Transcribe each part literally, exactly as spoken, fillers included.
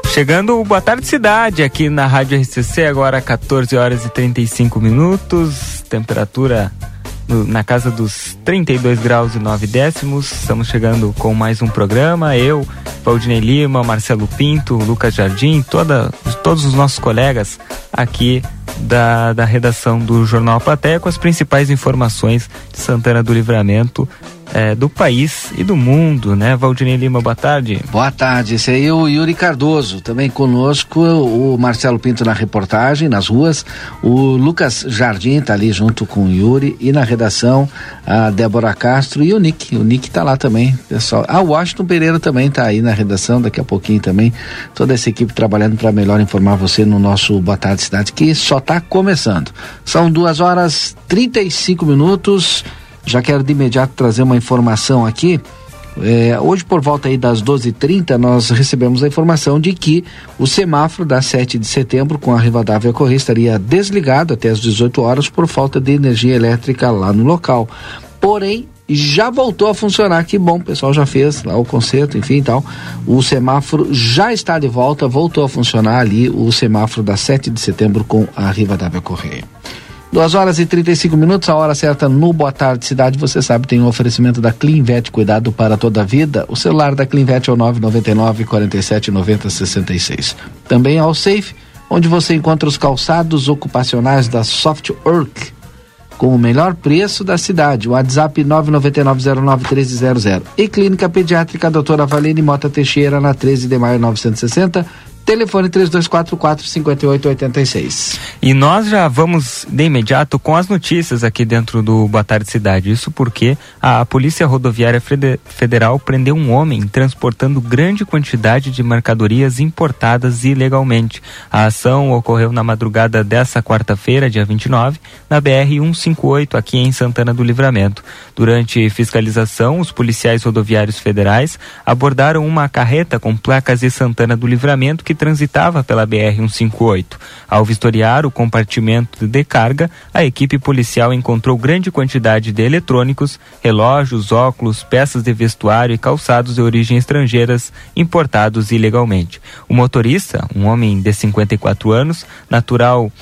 Chegando o Boa Tarde Cidade aqui na Rádio R C C, agora quatorze horas e trinta e cinco minutos, temperatura no, na casa dos trinta e dois graus e nove décimos. Estamos chegando com mais um programa, eu, Valdinei Lima, Marcelo Pinto, Lucas Jardim, toda, todos os nossos colegas aqui da, da redação do Jornal A Plateia com as principais informações de Santana do Livramento, É, do país e do mundo, né? Valdinei Lima, boa tarde. Boa tarde, esse aí é o Yuri Cardoso, também conosco o Marcelo Pinto na reportagem, nas ruas, o Lucas Jardim tá ali junto com o Yuri, e na redação a Débora Castro e o Nick, o Nick tá lá também, pessoal. Ah, o Washington Pereira também tá aí na redação, daqui a pouquinho também, toda essa equipe trabalhando para melhor informar você no nosso Boa Tarde Cidade, que só tá começando. São duas horas trinta e cinco minutos. Já quero de imediato trazer uma informação aqui. É, hoje, por volta aí das doze e trinta, nós recebemos a informação de que o semáforo da sete de setembro com a Rivadavia Correia estaria desligado até as dezoito horas por falta de energia elétrica lá no local. Porém, já voltou a funcionar, que bom, o pessoal já fez lá o conserto, enfim e tal. O semáforo já está de volta, voltou a funcionar ali o semáforo da sete de setembro com a Rivadavia Correia. duas horas e trinta e cinco minutos, a hora certa no Boa Tarde Cidade. Você sabe, tem um oferecimento da Clinvet, cuidado para toda a vida. O celular da Clinvet é o nove nove nove, quatro sete, nove zero seis seis. Também ao Safe, onde você encontra os calçados ocupacionais da Softwork com o melhor preço da cidade. O WhatsApp nove nove nove, zero nove três zero zero. E Clínica Pediátrica doutora Valene Mota Teixeira, na treze de maio novecentos e sessenta. Telefone três dois quatro quatro, cinco oito oito seis. E nós já vamos de imediato com as notícias aqui dentro do Boa Tarde Cidade. Isso porque a Polícia Rodoviária Federal prendeu um homem transportando grande quantidade de mercadorias importadas ilegalmente. A ação ocorreu na madrugada dessa quarta-feira, dia vinte e nove, na B R cento e cinquenta e oito, aqui em Santana do Livramento. Durante fiscalização, os policiais rodoviários federais abordaram uma carreta com placas de Santana do Livramento que transitava pela B R cento e cinquenta e oito. Ao vistoriar o compartimento de carga, a equipe policial encontrou grande quantidade de eletrônicos, relógios, óculos, peças de vestuário e calçados de origem estrangeiras importados ilegalmente. O motorista, um homem de cinquenta e quatro anos, natural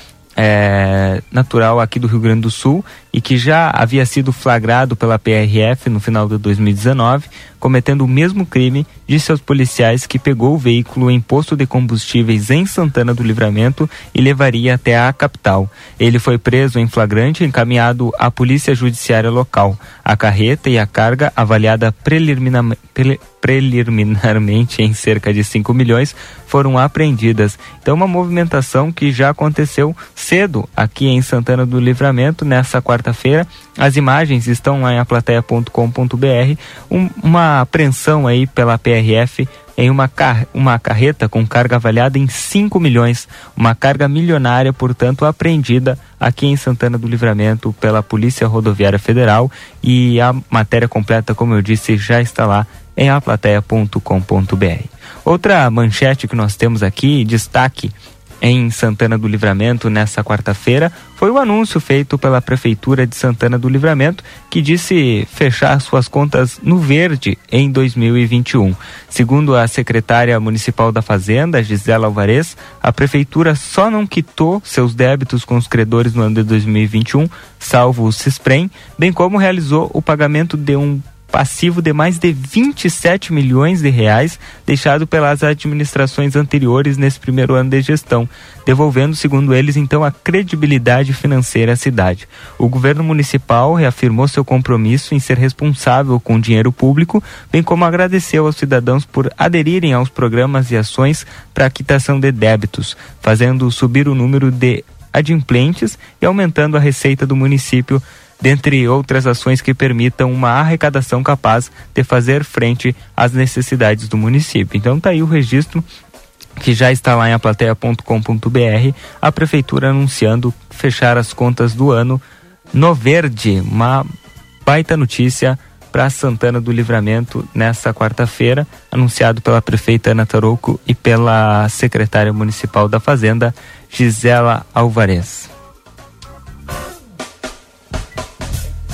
É, natural aqui do Rio Grande do Sul e que já havia sido flagrado pela P R F no final de dois mil e dezenove, cometendo o mesmo crime, disse aos policiais que pegou o veículo em posto de combustíveis em Santana do Livramento e levaria até a capital. Ele foi preso em flagrante e encaminhado à polícia judiciária local. A carreta e a carga, avaliada preliminar, pre, preliminarmente em cerca de cinco milhões, foram apreendidas. Então, uma movimentação que já aconteceu cedo aqui em Santana do Livramento, nessa quarta-feira. As imagens estão lá em aplateia ponto com ponto b r. Um, uma apreensão aí pela P R F em uma, car- uma carreta com carga avaliada em cinco milhões. Uma carga milionária, portanto, apreendida aqui em Santana do Livramento pela Polícia Rodoviária Federal. E a matéria completa, como eu disse, já está lá em aplateia ponto com ponto b r. Outra manchete que nós temos aqui, destaque em Santana do Livramento nessa quarta-feira, foi o anúncio feito pela Prefeitura de Santana do Livramento, que disse fechar suas contas no verde em dois mil e vinte e um. Segundo a secretária municipal da Fazenda, Gisela Alvarez, a Prefeitura só não quitou seus débitos com os credores no ano de dois mil e vinte e um, salvo o Cisprem, bem como realizou o pagamento de um passivo de mais de vinte e sete milhões de reais deixado pelas administrações anteriores nesse primeiro ano de gestão, devolvendo, segundo eles, então, a credibilidade financeira à cidade. O governo municipal reafirmou seu compromisso em ser responsável com o dinheiro público, bem como agradeceu aos cidadãos por aderirem aos programas e ações para a quitação de débitos, fazendo subir o número de adimplentes e aumentando a receita do município, dentre outras ações que permitam uma arrecadação capaz de fazer frente às necessidades do município. Então tá aí o registro que já está lá em aplateia ponto com ponto b r, a Prefeitura anunciando fechar as contas do ano no verde. Uma baita notícia para Santana do Livramento nessa quarta-feira, anunciado pela prefeita Ana Tarouco e pela secretária municipal da Fazenda, Gisela Alvarez.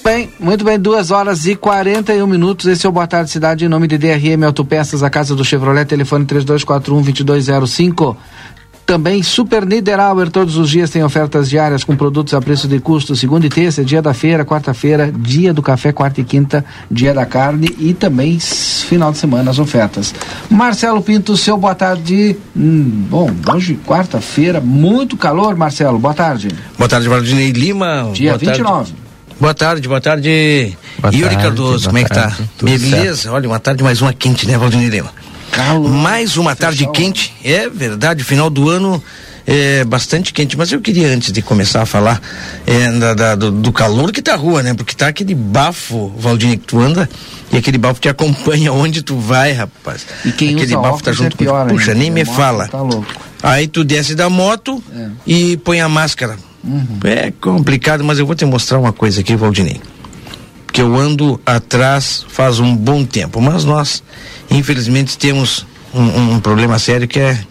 bem, muito bem, duas horas e quarenta e um minutos, esse é o Boa Tarde Cidade, em nome de D R M Autopeças, a casa do Chevrolet, telefone três dois quatro um, dois dois zero cinco. Também Super Niederauer, todos os dias tem ofertas diárias com produtos a preço de custo, segunda e terça, dia da feira, quarta-feira, dia do café, quarta e quinta, dia da carne e também final de semana as ofertas. Marcelo Pinto, seu boa tarde. Hum, bom, hoje quarta-feira, muito calor, Marcelo, boa tarde. Boa tarde, Valdinei Lima. Dia boa vinte e nove. Tarde. Boa tarde, boa tarde. Boa Yuri tarde, Cardoso, como é que tá? Tudo Beleza? certo. Olha, uma tarde mais uma quente, né, Valdinei Lima? Calor. Mais uma tarde Fechou. quente, é verdade, final do ano é bastante quente, mas eu queria, antes de começar a falar é, da, da, do, do calor que tá a rua, né? Porque tá aquele bafo, Valdinei, que tu anda, e aquele bafo que acompanha onde tu vai, rapaz. E quem aquele usa bafo tá óculos junto é pior, com... Puxa, ainda. nem me Moto fala. Tá louco. Aí tu desce da moto É. e põe a máscara. Uhum. É complicado, mas eu vou te mostrar uma coisa aqui, Valdinei. Que eu ando atrás faz um bom tempo, mas nós, infelizmente, temos um, um problema sério que é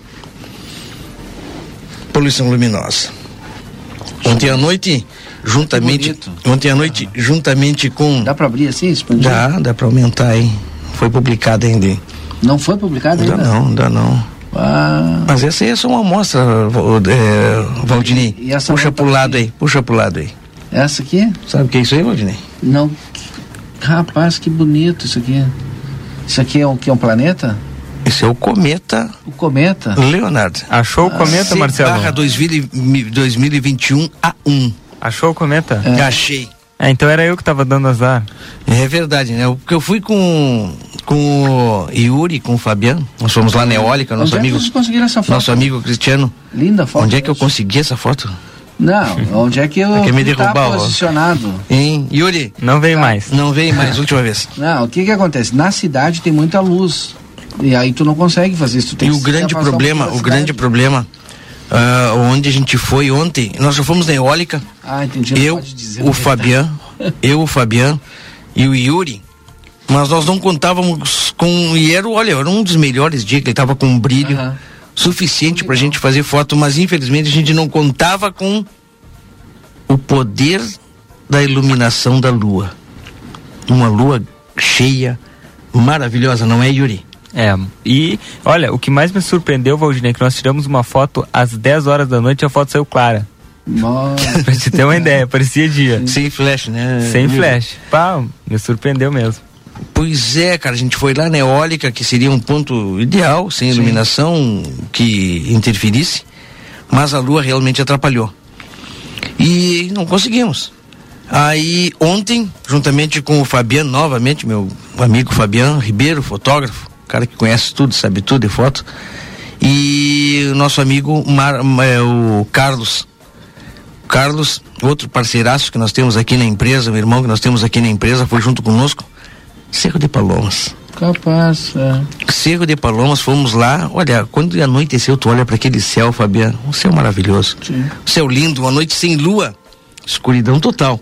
poluição luminosa. Ontem à noite, juntamente, bonito. ontem à noite, juntamente com... Dá pra abrir assim, expandir? Dá, dá pra aumentar aí. Foi publicado ainda. hein? Não foi publicado Dá ainda? não, dá não. Ah, Mas essa aí é só uma amostra, é, Valdinei. E- e essa puxa outra pro lado aqui? aí, puxa pro lado aí. essa aqui? Sabe o que é isso aí, Valdinei? Não. Rapaz, que bonito isso aqui. Isso aqui é um, que é um planeta? Esse é o cometa O cometa? Leonardo. Achou o cometa, C Marcelo? barra dois mil e vinte e um A um. Achou o cometa? É. Achei. É, então era eu que tava dando azar. É verdade, né? Porque eu fui com, com o Yuri, com o Fabiano. Nós fomos lá na Eólica, nosso Onde amigo. é que vocês conseguiram essa foto? Nosso amigo Cristiano. Linda foto. Onde é que eu consegui essa foto? Não, onde é que eu Quer me que tá derrubar, ó. posicionado? Hein? Yuri? Não veio mais. Não veio mais, última vez. Não, o que que acontece? Na cidade tem muita luz. E aí tu não consegue fazer isso. Tu tem E que o se grande afastar um problema, pouco da o grande cidade. problema, ah, onde a gente foi ontem, nós já fomos na Eólica, Ah, entendi. não eu, pode dizer o onde é que Fabian, eu, o Fabian e o Yuri, mas nós não contávamos com, e era, olha, era um dos melhores dias, que ele tava com um brilho Aham. suficiente pra gente fazer foto, mas infelizmente a gente não contava com o poder da iluminação da lua. Uma lua cheia, maravilhosa, não é, Yuri? É, e olha, o que mais me surpreendeu, Valdinei, é que nós tiramos uma foto às dez horas da noite e a foto saiu clara. Nossa. Pra te ter uma ideia, parecia dia. Sem flash, né? Sem Yuri? flash. Pá, me surpreendeu mesmo. Pois é, cara, a gente foi lá na Eólica, que seria um ponto ideal, sem Sim. iluminação que interferisse, mas a lua realmente atrapalhou. E não conseguimos. Aí ontem, juntamente com o Fabiano, novamente, meu amigo Fabiano Ribeiro, fotógrafo, cara que conhece tudo, sabe tudo de foto, e o nosso amigo Mar, é, o Carlos. Carlos, outro parceiraço que nós temos aqui na empresa, o irmão que nós temos aqui na empresa, foi junto conosco. Cerro de Palomas. Capaz, é. Cerro de Palomas, fomos lá. Olha, quando anoiteceu, tu olha para aquele céu, Fabiano, um céu maravilhoso. Sim. Um céu lindo, uma noite sem lua, escuridão total.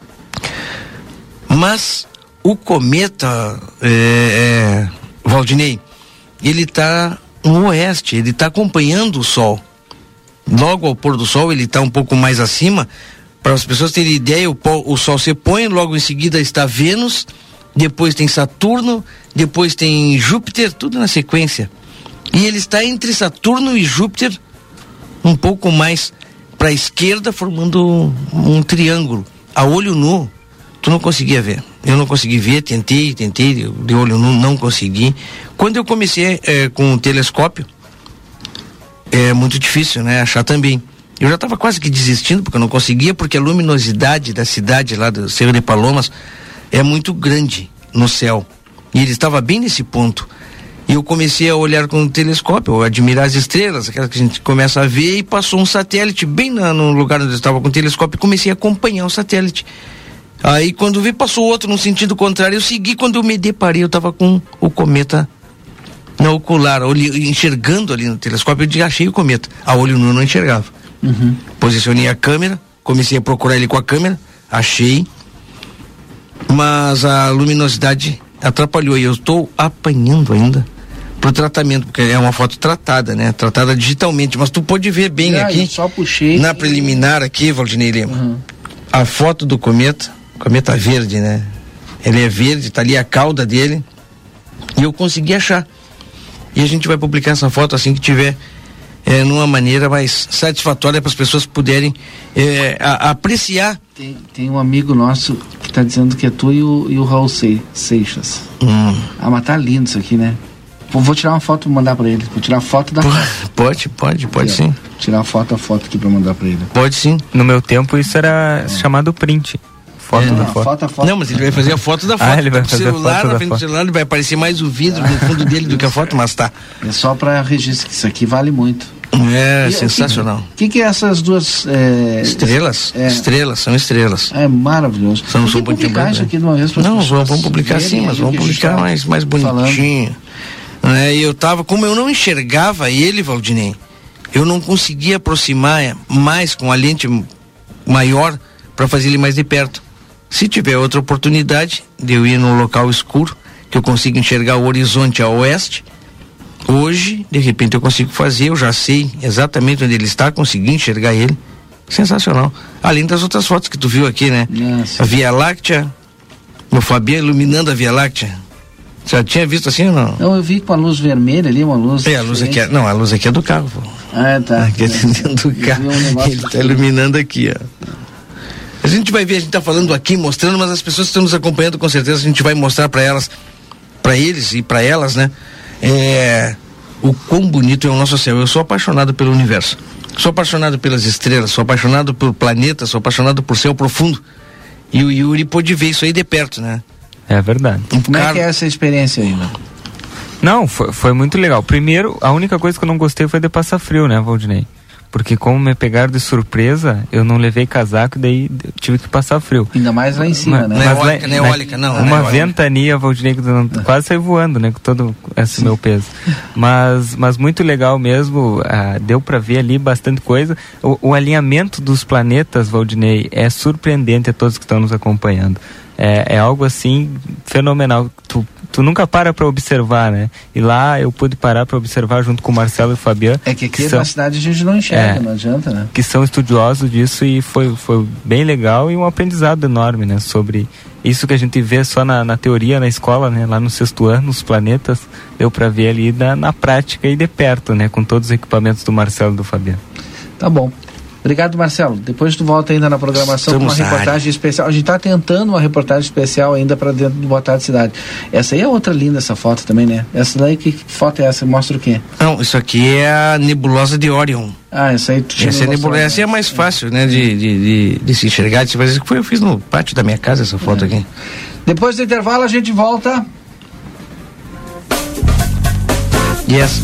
Mas o cometa, é, é, Valdinei, ele está no oeste, ele está acompanhando o sol. Logo ao pôr do sol, ele está um pouco mais acima. Para as pessoas terem ideia, o, pó, o sol se põe, logo em seguida está Vênus, depois tem Saturno, depois tem Júpiter, tudo na sequência. E ele está entre Saturno e Júpiter, um pouco mais para a esquerda, formando um, um triângulo. A olho nu, tu não conseguia ver. Eu não consegui ver, tentei, tentei, de olho nu, não consegui. Quando eu comecei é, com o telescópio, é muito difícil, né? Achar também. Eu já estava quase que desistindo, porque eu não conseguia, porque a luminosidade da cidade lá do Cerro de Palomas é muito grande no céu. E ele estava bem nesse ponto. E eu comecei a olhar com o telescópio, a admirar as estrelas, aquelas que a gente começa a ver, e passou um satélite bem na, no lugar onde eu estava com o telescópio, e comecei a acompanhar o satélite. Aí quando vi, passou outro no sentido contrário, eu segui, quando eu me deparei, eu estava com o cometa na ocular, olhe, enxergando ali no telescópio, eu achei o cometa. A olho nu eu não enxergava. Uhum. Posicionei a câmera, comecei a procurar ele com a câmera, achei, mas a luminosidade atrapalhou, e eu estou apanhando ainda pro tratamento, porque é uma foto tratada, né? Tratada digitalmente, mas tu pode ver bem Ah, aqui, eu só puxei na e- preliminar aqui, Valdinei Lima, Uhum. a foto do cometa, cometa verde, né? Ele é verde, tá ali a cauda dele. E eu consegui achar. E a gente vai publicar essa foto assim que tiver é, numa maneira mais satisfatória para as pessoas poderem é, a, a apreciar. Tem, tem um amigo nosso que está dizendo que é tu e o, e o Raul Seixas. Hum. Ah, mas tá lindo isso aqui, né? Vou, vou tirar uma foto e mandar para ele. Vou tirar a foto da P- foto. Pode, pode, pode aqui, sim. Ó, tirar a foto, a foto aqui para mandar para ele. Pode sim. No meu tempo isso era é. chamado print. Foto é, da não, foto. foto, a foto. Não, mas ele vai fazer a foto da foto. Ah, ele vai o fazer celular, a foto na da frente foto. do celular, ele vai aparecer mais o vidro no fundo dele do que a foto, mas tá. É só para registro, que isso aqui vale muito. É, e, sensacional. O que, que, que é essas duas... É, estrelas? É, estrelas, são estrelas. É maravilhoso. São Vamos publicar isso aqui de uma vez para as Não, pessoas vamos publicar sim, mas vamos publicar mais, mais bonitinho. É, e eu tava, como eu não enxergava ele, Valdinei, eu não conseguia aproximar mais com a lente maior para fazer ele mais de perto. Se tiver outra oportunidade de eu ir num local escuro, que eu consiga enxergar o horizonte a oeste, hoje, de repente eu consigo fazer, eu já sei exatamente onde ele está, consegui enxergar ele. Sensacional. Além das outras fotos que tu viu aqui, né? Nossa. A Via Láctea, o Fabiano iluminando a Via Láctea. Já tinha visto assim ou não? Não, eu vi com a luz vermelha ali, uma luz. É, a luz aqui é, não, a luz aqui é do carro, pô. Ah, tá. Aqui é dentro do carro. Um ele tá iluminando aqui, ó. A gente vai ver, a gente tá falando aqui, mostrando, mas as pessoas que estão nos acompanhando, com certeza a gente vai mostrar para elas, para eles e para elas, né? É, o quão bonito é o nosso céu. Eu sou apaixonado pelo universo. Sou apaixonado pelas estrelas, sou apaixonado por planeta, sou apaixonado por céu profundo. E o Yuri pôde ver isso aí de perto, né? É verdade. Um Como cara... é que é essa experiência aí, mano? Não, foi, foi muito legal. Primeiro, a única coisa que eu não gostei foi de passar frio, né, Valdinei? Porque como me pegaram de surpresa, eu não levei casaco e daí tive que passar frio. Ainda mais lá em cima, mas, né? Não é eólica, não é eólica, não. Uma não é ventania, Valdinei, que não, quase saí voando, né? Com todo esse meu peso. Mas, mas muito legal mesmo, ah, deu pra ver ali bastante coisa. O, o alinhamento dos planetas, Valdinei, é surpreendente a todos que estão nos acompanhando. É, é algo assim fenomenal. Tu, tu nunca para para observar, né? E lá eu pude parar para observar junto com o Marcelo e o Fabiano. É que aqui que são, na cidade a gente não enxerga, é, não adianta, né? Que são estudiosos disso e foi, foi bem legal e um aprendizado enorme, né? Sobre isso que a gente vê só na, na teoria, na escola, né? Lá no sexto ano, os planetas, deu para ver ali na, na prática e de perto, né? Com todos os equipamentos do Marcelo e do Fabiano. Tá bom. Obrigado, Marcelo. Depois tu volta ainda na programação com uma reportagem especial. A gente está tentando uma reportagem especial ainda para dentro do Boa Tarde Cidade. Essa aí é outra linda, essa foto também, né? Essa daí, que foto é essa? Mostra o quê? Não, isso aqui é a nebulosa de Orion. Ah, essa aí tu tinha. Essa, é nebulosa, essa é mais fácil, né? De, de, de, de se enxergar. De se fazer. Eu fiz no pátio da minha casa essa foto é. aqui. Depois do intervalo a gente volta. Yes.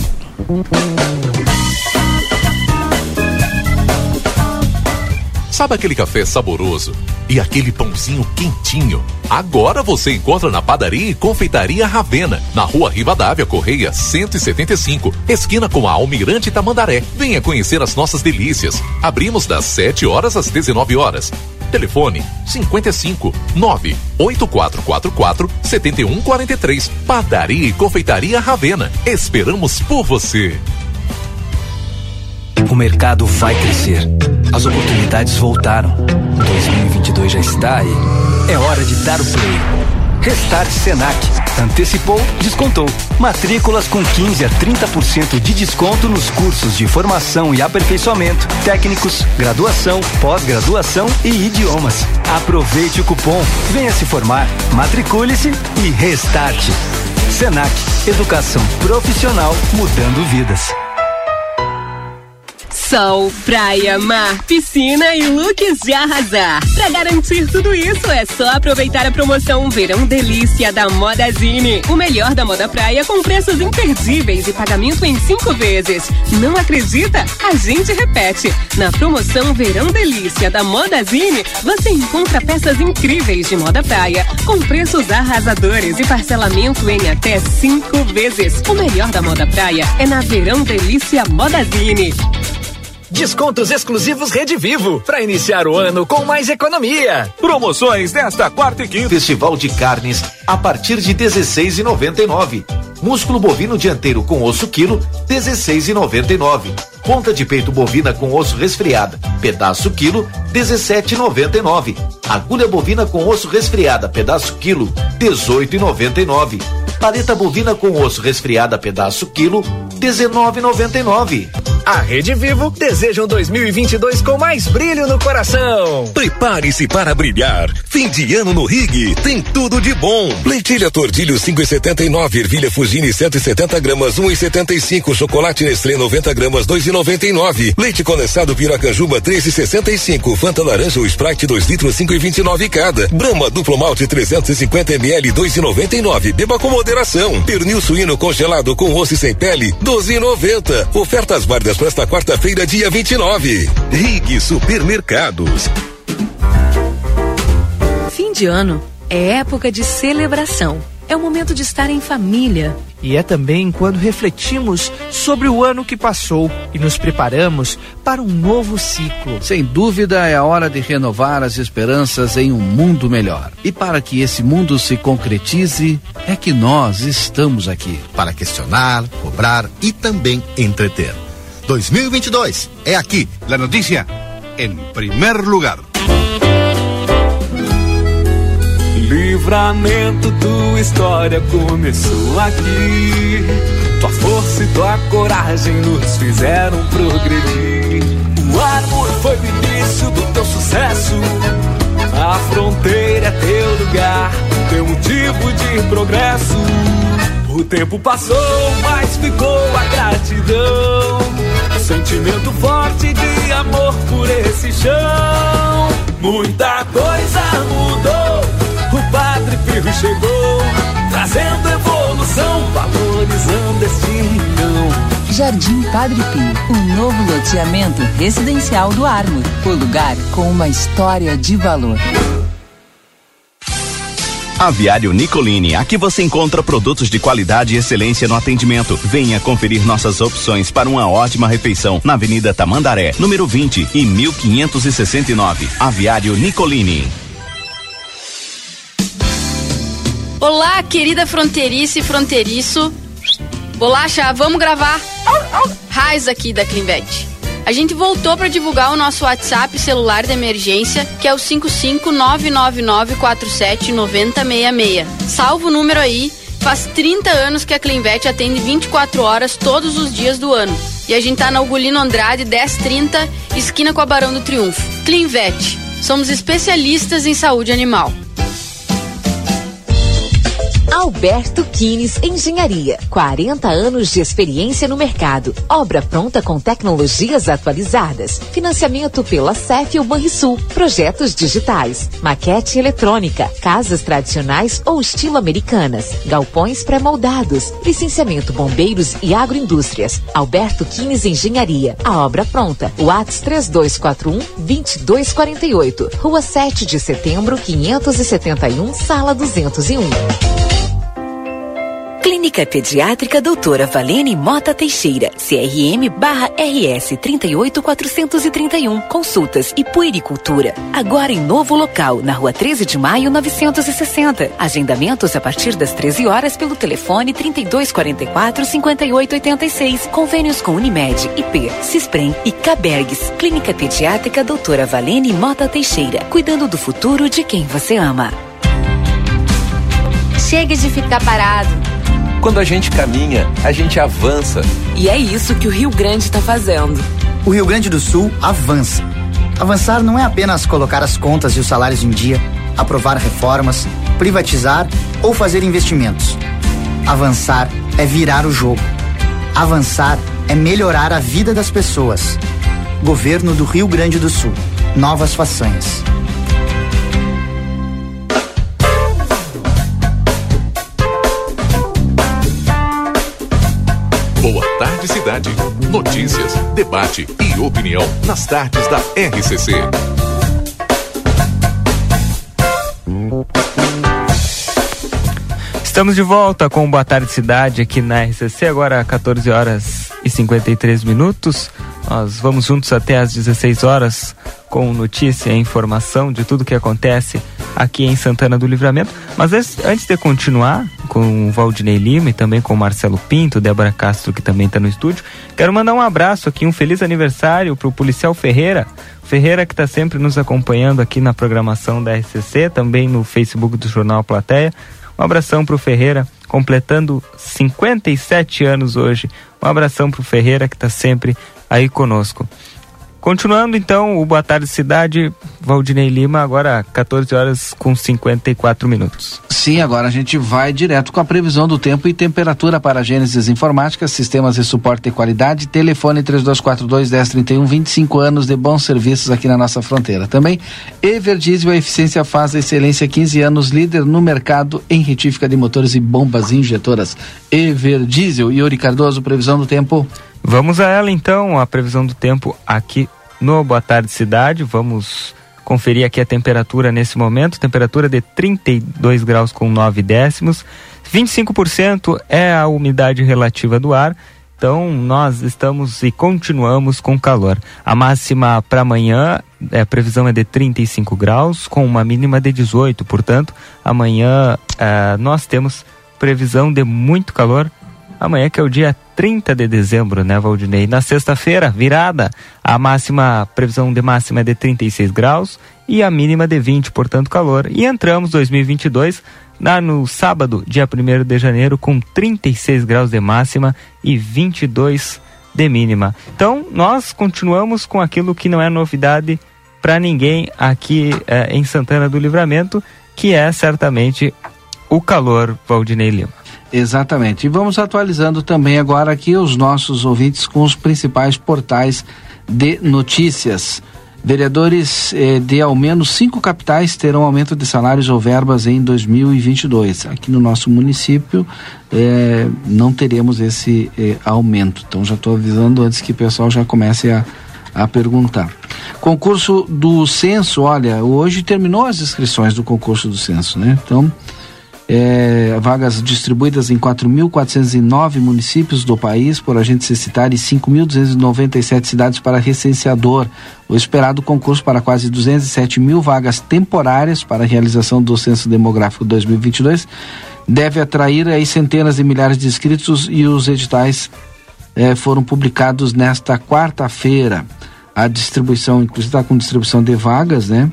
Sabe aquele café saboroso e aquele pãozinho quentinho? Agora você encontra na Padaria e Confeitaria Ravena, na Rua Rivadavia Correia cento e setenta e cinco, esquina com a Almirante Tamandaré. Venha conhecer as nossas delícias. Abrimos das sete horas às dezenove horas. Telefone cinquenta e cinco, nove oito quatro quatro quatro, sete um quatro três. Padaria e Confeitaria Ravena. Esperamos por você. O mercado vai crescer. As oportunidades voltaram. dois mil e vinte e dois já está aí. É hora de dar o play. Restart Senac. Antecipou, descontou. Matrículas com quinze a trinta por cento de desconto nos cursos de formação e aperfeiçoamento, técnicos, graduação, pós-graduação e idiomas. Aproveite o cupom, venha se formar, matricule-se e restarte. Senac. Educação profissional mudando vidas. Sol, praia, mar, piscina e looks de arrasar. Pra garantir tudo isso, é só aproveitar a promoção Verão Delícia da Modazine. O melhor da moda praia com preços imperdíveis e pagamento em cinco vezes. Não acredita? A gente repete. Na promoção Verão Delícia da Modazine, você encontra peças incríveis de moda praia com preços arrasadores e parcelamento em até cinco vezes. O melhor da moda praia é na Verão Delícia Modazine. Descontos exclusivos Rede Vivo, para iniciar o ano com mais economia. Promoções nesta quarta e quinta. Festival de carnes a partir de dezesseis reais e noventa e nove centavos. Músculo bovino dianteiro com osso quilo, dezesseis reais e noventa e nove centavos. Ponta de peito bovina com osso resfriada, pedaço quilo, dezessete e noventa e nove. Agulha bovina com osso resfriada, pedaço quilo, dezoito e noventa e nove. Paleta bovina com osso resfriada, pedaço quilo, dezenove e noventa e nove. A Rede Vivo deseja um dois mil e vinte e dois com mais brilho no coração. Prepare-se para brilhar. Fim de ano no Rig tem tudo de bom. Leitilha Tordilho cinco e setenta e nove, ervilha Fugini cento e setenta gramas um e setenta e cinco, chocolate Nestlé noventa gramas dois e noventa e nove, leite condensado Piracanjuba três e sessenta e cinco, Fanta laranja ou Sprite dois litros cinco e vinte e nove cada, Brahma duplo malte trezentos e cinquenta mililitros dois e noventa e nove. Beba com moderação. Pernil suíno congelado com osso e sem pele doze e noventa. Ofertas válidas para esta quarta-feira, dia vinte e nove. Rig Supermercados. Fim de ano é época de celebração. É o momento de estar em família. E é também quando refletimos sobre o ano que passou e nos preparamos para um novo ciclo. Sem dúvida, é a hora de renovar as esperanças em um mundo melhor. E para que esse mundo se concretize, é que nós estamos aqui. Para questionar, cobrar e também entreter. dois mil e vinte e dois é aqui. La notícia em primeiro lugar. Livramento, tua história começou aqui. Tua força e tua coragem nos fizeram progredir. O Armor foi o início do teu sucesso. A fronteira é teu lugar, teu motivo de progresso. O tempo passou, mas ficou a gratidão. Sentimento forte de amor por esse chão. Muita coisa mudou. O Padre Pio chegou, trazendo evolução, valorizando este rincão. Jardim Padre Pio, um novo loteamento residencial do Armor. O lugar com uma história de valor. Aviário Nicolini, aqui você encontra produtos de qualidade e excelência no atendimento. Venha conferir nossas opções para uma ótima refeição na Avenida Tamandaré, número vinte e mil quinhentos e sessenta e nove. Aviário Nicolini. Olá, querida fronteiriça e fronteiriço. Bolacha, vamos gravar? Raiz aqui da Clinvet. A gente voltou para divulgar o nosso WhatsApp celular de emergência, que é o cinco cinco nove nove nove quatro sete nove zero seis seis. Salva o número aí. Faz trinta anos que a Clinvet atende vinte e quatro horas todos os dias do ano. E a gente tá na Ugolino Andrade dez trinta, esquina com a Barão do Triunfo. Clinvet. Somos especialistas em saúde animal. Alberto Quines Engenharia, quarenta anos de experiência no mercado, obra pronta com tecnologias atualizadas, financiamento pela C E F ou Banrisul, projetos digitais, maquete eletrônica, casas tradicionais ou estilo americanas, galpões pré-moldados, licenciamento bombeiros e agroindústrias. Alberto Quines Engenharia, a obra pronta, WhatsApp três dois quatro um, dois dois quatro oito, Rua sete de Setembro, quinhentos e setenta e um, Sala duzentos e um. Clínica Pediátrica Doutora Valene Mota Teixeira, C R M barra R S trinta e oito quatrocentos e trinta e um. Consultas e puericultura. Agora em novo local, na Rua treze de Maio, novecentos e sessenta. Agendamentos a partir das treze horas pelo telefone trinta e dois quarenta e quatro, cinquenta e oito oitenta e seis. Convênios com Unimed, I P, Cisprem e Cabergues. Clínica Pediátrica Doutora Valene Mota Teixeira. Cuidando do futuro de quem você ama. Chega de ficar parado. Quando a gente caminha, a gente avança. E é isso que o Rio Grande está fazendo. O Rio Grande do Sul avança. Avançar não é apenas colocar as contas e os salários em dia, aprovar reformas, privatizar ou fazer investimentos. Avançar é virar o jogo. Avançar é melhorar a vida das pessoas. Governo do Rio Grande do Sul. Novas façanhas. Boa tarde, cidade. Notícias, debate e opinião nas tardes da R C C. Estamos de volta com Boa Tarde Cidade aqui na R C C, agora quatorze horas e cinquenta e três minutos. Nós vamos juntos até às dezesseis horas com notícia e informação de tudo que acontece aqui em Santana do Livramento. Mas antes de continuar com o Valdinei Lima e também com o Marcelo Pinto, Débora Castro, que também está no estúdio, quero mandar um abraço aqui, um feliz aniversário para o policial Ferreira. Ferreira, que está sempre nos acompanhando aqui na programação da R C C, também no Facebook do Jornal Plateia. Um abração para o Ferreira, completando cinquenta e sete anos hoje. Um abração para o Ferreira, que está sempre aí conosco. Continuando então o Boa Tarde Cidade, Valdinei Lima, agora quatorze horas com cinquenta e quatro minutos. Sim, agora a gente vai direto com a previsão do tempo e temperatura para a Gênesis Informática, sistemas de suporte de qualidade, telefone três dois quatro dois, um zero três um, vinte e cinco anos de bons serviços aqui na nossa fronteira. Também, Everdiesel, a eficiência faz a excelência, quinze anos, líder no mercado em retífica de motores e bombas injetoras. Everdiesel. Yuri Cardoso, previsão do tempo. Vamos a ela então, a previsão do tempo aqui no Boa Tarde Cidade. Vamos conferir aqui a temperatura nesse momento, temperatura de trinta e dois graus com nove décimos, vinte e cinco por cento é a umidade relativa do ar, então nós estamos e continuamos com calor. A máxima para amanhã, a previsão é de trinta e cinco graus, com uma mínima de dezoito, portanto, amanhã eh, nós temos previsão de muito calor. Amanhã que é o dia trinta de dezembro, né, Valdinei? Na sexta-feira, virada, a máxima, previsão de máxima é de trinta e seis graus e a mínima de vinte, portanto calor. E entramos dois mil e vinte e dois na, no sábado, dia primeiro de janeiro, com trinta e seis graus de máxima e vinte e dois de mínima. Então, nós continuamos com aquilo que não é novidade para ninguém aqui eh, em Santana do Livramento, que é certamente o calor, Valdinei Lima. Exatamente. E vamos atualizando também agora aqui os nossos ouvintes com os principais portais de notícias. Vereadores eh, de ao menos cinco capitais terão aumento de salários ou verbas em dois mil e vinte e dois. Aqui no nosso município eh, não teremos esse eh, aumento. Então já estou avisando antes que o pessoal já comece a, a perguntar. Concurso do censo, olha, hoje terminou as inscrições do concurso do censo, né? Então, É, vagas distribuídas em quatro mil quatrocentos e nove municípios do país por agente censitário e cinco mil duzentas e noventa e sete cidades para recenseador. O esperado concurso para quase duzentas e sete mil vagas temporárias para a realização do Censo Demográfico dois mil e vinte e dois deve atrair aí centenas de milhares de inscritos e os editais eh, foram publicados nesta quarta-feira. A distribuição, inclusive está com distribuição de vagas, né?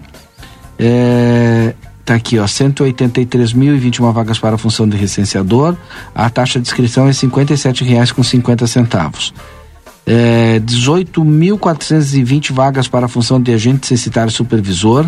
É... Está aqui, ó, cento e oitenta e três mil e vinte e uma vagas para a função de recenseador. A taxa de inscrição é cinquenta e sete reais com cinquenta centavos. É, dezoito mil quatrocentas e vinte vagas para a função de agente censitário supervisor.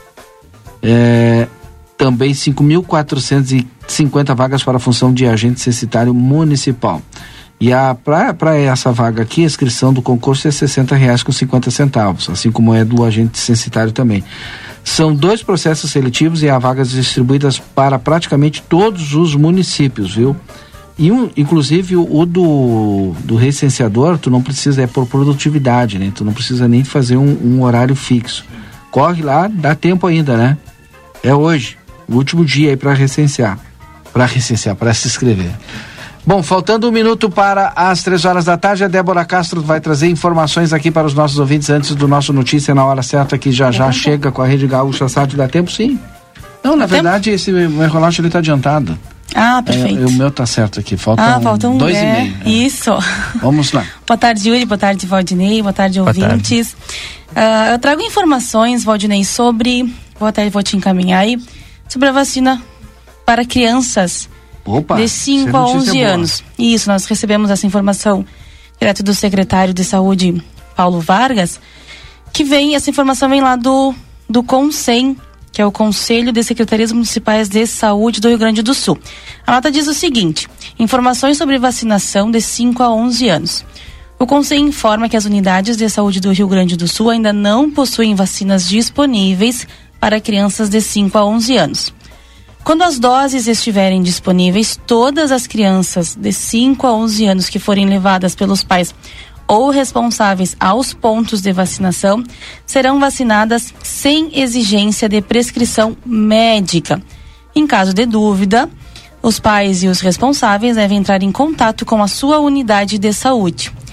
É, também cinco mil quatrocentas e cinquenta vagas para a função de agente censitário municipal. E a para essa vaga aqui, a inscrição do concurso é sessenta reais com cinquenta centavos, assim como é do agente censitário também. São dois processos seletivos e há vagas distribuídas para praticamente todos os municípios, viu? E um, inclusive o, o do, do recenseador, tu não precisa, é por produtividade, né? Tu não precisa nem fazer um, um horário fixo. Corre lá, dá tempo ainda, né? É hoje, o último dia aí para recensear. Para recensear, para se inscrever. Bom, faltando um minuto para as três horas da tarde, a Débora Castro vai trazer informações aqui para os nossos ouvintes antes do nosso Notícia na Hora Certa, que já já chega com a Rede Gaúcha Sat. Dá tempo, sim. Não, na verdade, esse meu relógio ele tá adiantado. Ah, perfeito. É, o meu tá certo aqui, faltam ah, faltam dois é, e meio. Né? Isso. Vamos lá. Boa tarde, Yuri, boa tarde, Valdinei, boa tarde, boa ouvintes. Tarde. Uh, eu trago informações, Valdinei, sobre, vou até vou te encaminhar aí, sobre a vacina para crianças. Opa, de cinco a onze anos. Isso, nós recebemos essa informação direto do secretário de Saúde, Paulo Vargas, que vem, essa informação vem lá do, do CONSEM, que é o Conselho de Secretarias Municipais de Saúde do Rio Grande do Sul. A nota diz o seguinte: informações sobre vacinação de cinco a onze anos. O CONSEM informa que as unidades de saúde do Rio Grande do Sul ainda não possuem vacinas disponíveis para crianças de cinco a onze anos. Quando as doses estiverem disponíveis, todas as crianças de cinco a onze anos que forem levadas pelos pais ou responsáveis aos pontos de vacinação serão vacinadas sem exigência de prescrição médica. Em caso de dúvida, os pais e os responsáveis devem entrar em contato com a sua unidade de saúde.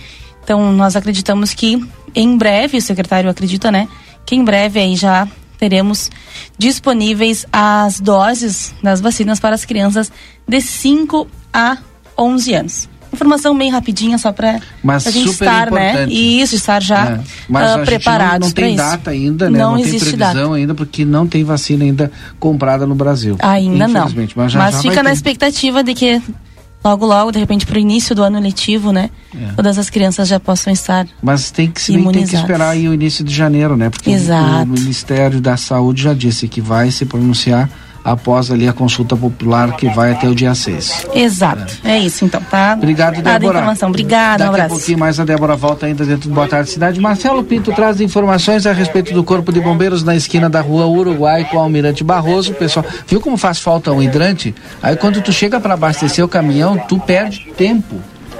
Então, nós acreditamos que em breve, o secretário acredita, né, que em breve aí já teremos disponíveis as doses das vacinas para as crianças de cinco a onze anos. Informação bem rapidinha, só para a gente estar, importante. né? E isso, estar já é. Mas uh, a preparados não, não tem data ainda, né? Não, não existe tem previsão data. ainda, porque não tem vacina ainda comprada no Brasil. Ainda não. Mas, já, mas já fica vai na ter. expectativa de que logo, logo, de repente, para o início do ano letivo, né? É. Todas as crianças já possam estar Mas tem que, se bem, tem que esperar aí o início de janeiro, né? Porque Exato. o Ministério da Saúde já disse que vai se pronunciar após ali a consulta popular que vai até o dia seis. Exato, é, é isso então, tá? Obrigado, Dada Débora. Informação. Obrigada, Daqui um abraço. a pouquinho mais a Débora volta ainda dentro do Boa Tarde Cidade. Marcelo Pinto traz informações a respeito do Corpo de Bombeiros na esquina da Rua Uruguai com o Almirante Barroso. O pessoal, viu como faz falta um hidrante? Aí quando tu chega para abastecer o caminhão, tu perde tempo.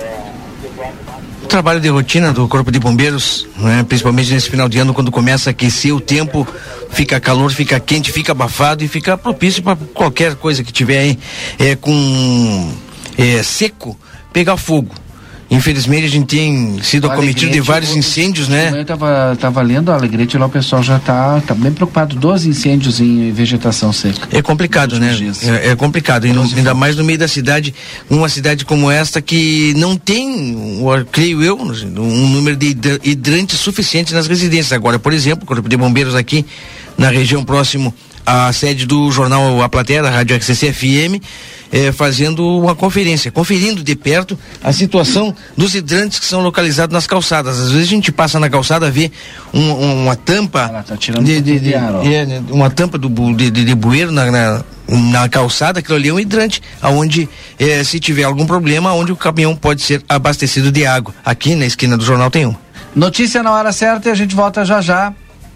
Trabalho de rotina do Corpo de Bombeiros, né? Principalmente nesse final de ano, quando começa a aquecer o tempo, fica calor, fica quente, fica abafado e fica propício para qualquer coisa que tiver aí é, com é, seco, pegar fogo. Infelizmente a gente tem sido O acometido de Alegrete, vários o- incêndios, né? Eu tava, tava lendo a Alegrete lá, o pessoal já tá, tá bem preocupado. Doze incêndios em vegetação seca. É complicado, né? É, é complicado, e no, ainda mais no meio da cidade, uma cidade como esta que não tem, um, creio eu, um número de hidra- hidrantes suficiente nas residências. Agora, por exemplo, o Corpo de Bombeiros aqui na região próximo à sede do jornal A Plateia, da Rádio R C C F M, eh, fazendo uma conferência, conferindo de perto a situação dos hidrantes que são localizados nas calçadas. Às vezes a gente passa na calçada, vê um, um, uma tampa tá tirando de, um de, pouquinho de, de ar, ó. é, né, uma tampa do, bu- de, de, de bueiro na, na, na calçada, aquilo ali é um hidrante, aonde eh, se tiver algum problema, onde o caminhão pode ser abastecido de água. Aqui na esquina do jornal tem um. Notícia na hora certa e a gente volta já já.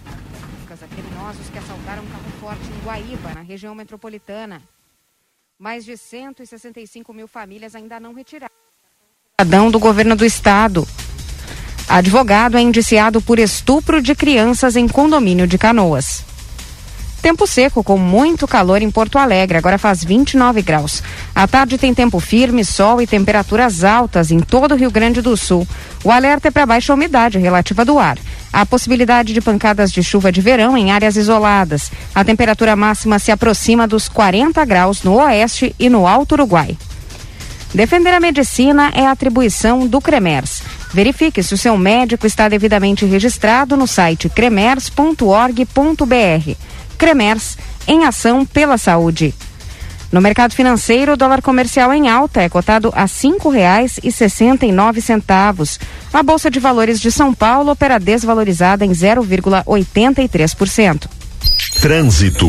Criminosos que assaltaram um carro forte em Guaíba, na região metropolitana. Mais de cento e sessenta e cinco mil famílias ainda não retiraram. Cidadão do governo do estado. Advogado é indiciado por estupro de crianças em condomínio de Canoas. Tempo seco com muito calor em Porto Alegre, agora faz vinte e nove graus. À tarde tem tempo firme, sol e temperaturas altas em todo o Rio Grande do Sul. O alerta é para baixa umidade relativa do ar. Há possibilidade de pancadas de chuva de verão em áreas isoladas. A temperatura máxima se aproxima dos quarenta graus no oeste e no Alto Uruguai. Defender a medicina é atribuição do CREMERS. Verifique se o seu médico está devidamente registrado no site cremers ponto org ponto br. CREMERS, em ação pela saúde. No mercado financeiro, o dólar comercial em alta é cotado a cinco reais e sessenta e nove centavos. A Bolsa de Valores de São Paulo opera desvalorizada em zero vírgula oitenta e três por cento. Trânsito.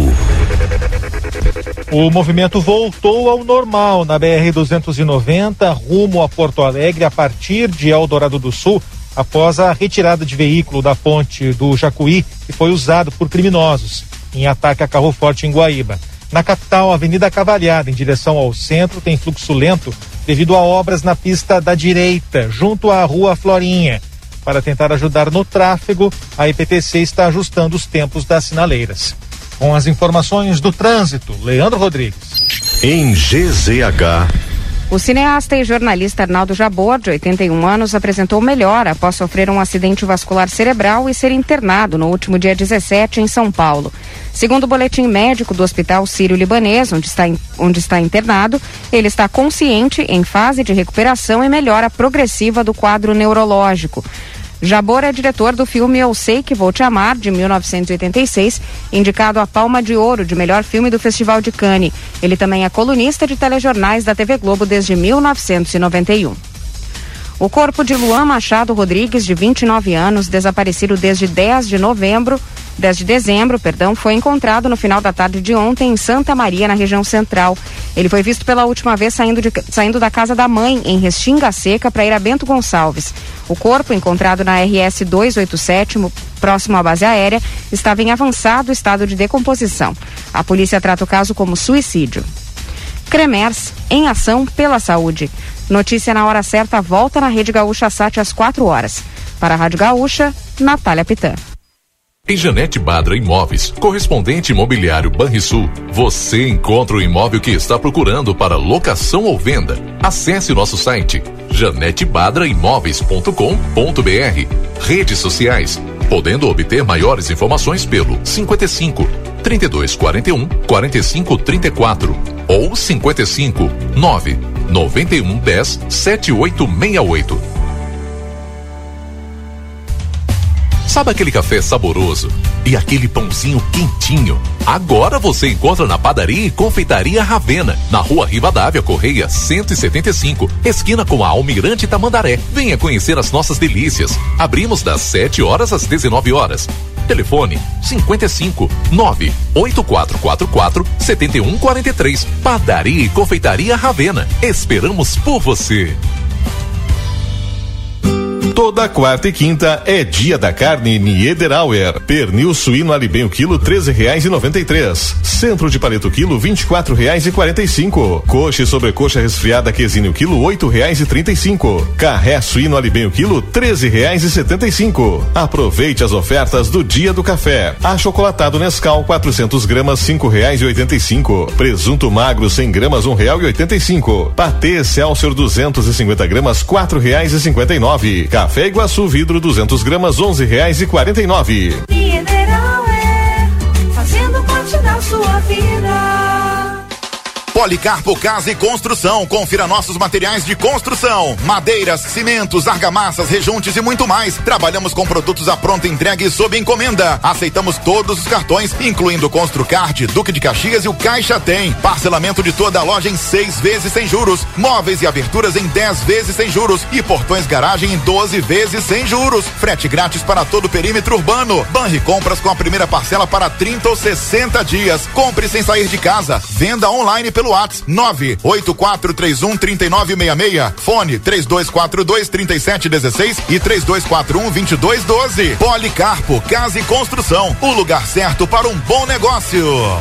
O movimento voltou ao normal na B R duzentos e noventa, rumo a Porto Alegre, a partir de Eldorado do Sul, após a retirada de veículo da ponte do Jacuí, que foi usado por criminosos em ataque a carro forte em Guaíba. Na capital, a Avenida Cavalhada, em direção ao centro, tem fluxo lento devido a obras na pista da direita, junto à Rua Florinha. Para tentar ajudar no tráfego, a I P T C está ajustando os tempos das sinaleiras. Com as informações do trânsito, Leandro Rodrigues. Em G Z H. O cineasta e jornalista Arnaldo Jabor, de oitenta e um anos, apresentou melhora após sofrer um acidente vascular cerebral e ser internado no último dia dezessete em São Paulo. Segundo o boletim médico do Hospital Sírio-Libanês, onde está, onde está internado, ele está consciente, em fase de recuperação e melhora progressiva do quadro neurológico. Jabor é diretor do filme Eu Sei Que Vou Te Amar, de mil novecentos e oitenta e seis, indicado a Palma de Ouro de melhor filme do Festival de Cannes. Ele também é colunista de telejornais da T V Globo desde mil novecentos e noventa e um. O corpo de Luan Machado Rodrigues, de vinte e nove anos, desaparecido desde dez de novembro, dez de dezembro, perdão, foi encontrado no final da tarde de ontem em Santa Maria, na região central. Ele foi visto pela última vez saindo, de, saindo da casa da mãe, em Restinga Seca, para ir a Bento Gonçalves. O corpo, encontrado na R S duzentos e oitenta e sete, próximo à base aérea, estava em avançado estado de decomposição. A polícia trata o caso como suicídio. CREMERS, em ação pela saúde. Notícia na hora certa volta na Rede Gaúcha Sat às quatro horas. Para a Rádio Gaúcha, Natália Pitã. Em Janete Badra Imóveis, correspondente imobiliário Banrisul, você encontra o imóvel que está procurando para locação ou venda. Acesse o nosso site janete badra imóveis ponto com ponto br. Redes sociais, podendo obter maiores informações pelo cinquenta e cinco, trinta e dois, quarenta e um, quarenta e cinco, trinta e quatro ou cinquenta e cinco, nove, noventa e um, dez, setenta e oito sessenta e oito. Sabe aquele café saboroso e aquele pãozinho quentinho? Agora você encontra na Padaria e Confeitaria Ravena, na Rua Rivadavia Correia cento e setenta e cinco, esquina com a Almirante Tamandaré. Venha conhecer as nossas delícias. Abrimos das sete horas às dezenove horas. Telefone cinquenta e cinco, nove, oito quatro quatro quatro, sete um quatro três. Padaria e Confeitaria Ravena. Esperamos por você. Toda quarta e quinta é dia da carne Niederauer. Pernil suíno alibem o quilo treze reais e noventa e três. Centro de paleto quilo vinte e quatro reais e quarenta e cinco. Coxa e sobrecoxa resfriada quesine o quilo oito reais e trinta e cinco. Carré suíno alibem o quilo treze reais e setenta e cinco. Aproveite as ofertas do dia do café. Achocolatado Nescau quatrocentos gramas cinco reais e oitenta e cinco. Presunto magro cem gramas um real e oitenta e cinco. Patê Excelsior duzentos e cinquenta gramas quatro reais e cinquenta e nove. Café Iguaçu vidro duzentos gramas onze reais e quarenta e nove. Mineral é fazendo parte da sua vida. Policarpo Casa e Construção. Confira nossos materiais de construção: madeiras, cimentos, argamassas, rejuntes e muito mais. Trabalhamos com produtos à pronta entrega e sob encomenda. Aceitamos todos os cartões, incluindo o Construcard, Duque de Caxias e o Caixa Tem. Parcelamento de toda a loja em seis vezes sem juros. Móveis e aberturas em dez vezes sem juros. E portões garagem em doze vezes sem juros. Frete grátis para todo o perímetro urbano. Banri Compras com a primeira parcela para trinta ou sessenta dias. Compre sem sair de casa. Venda online pelo WhatsApp nove oito quatro três um, três nove seis seis. Fone três dois quatro dois, três sete um seis e três dois quatro um, dois dois um dois. Policarpo Casa e Construção, o lugar certo para um bom negócio.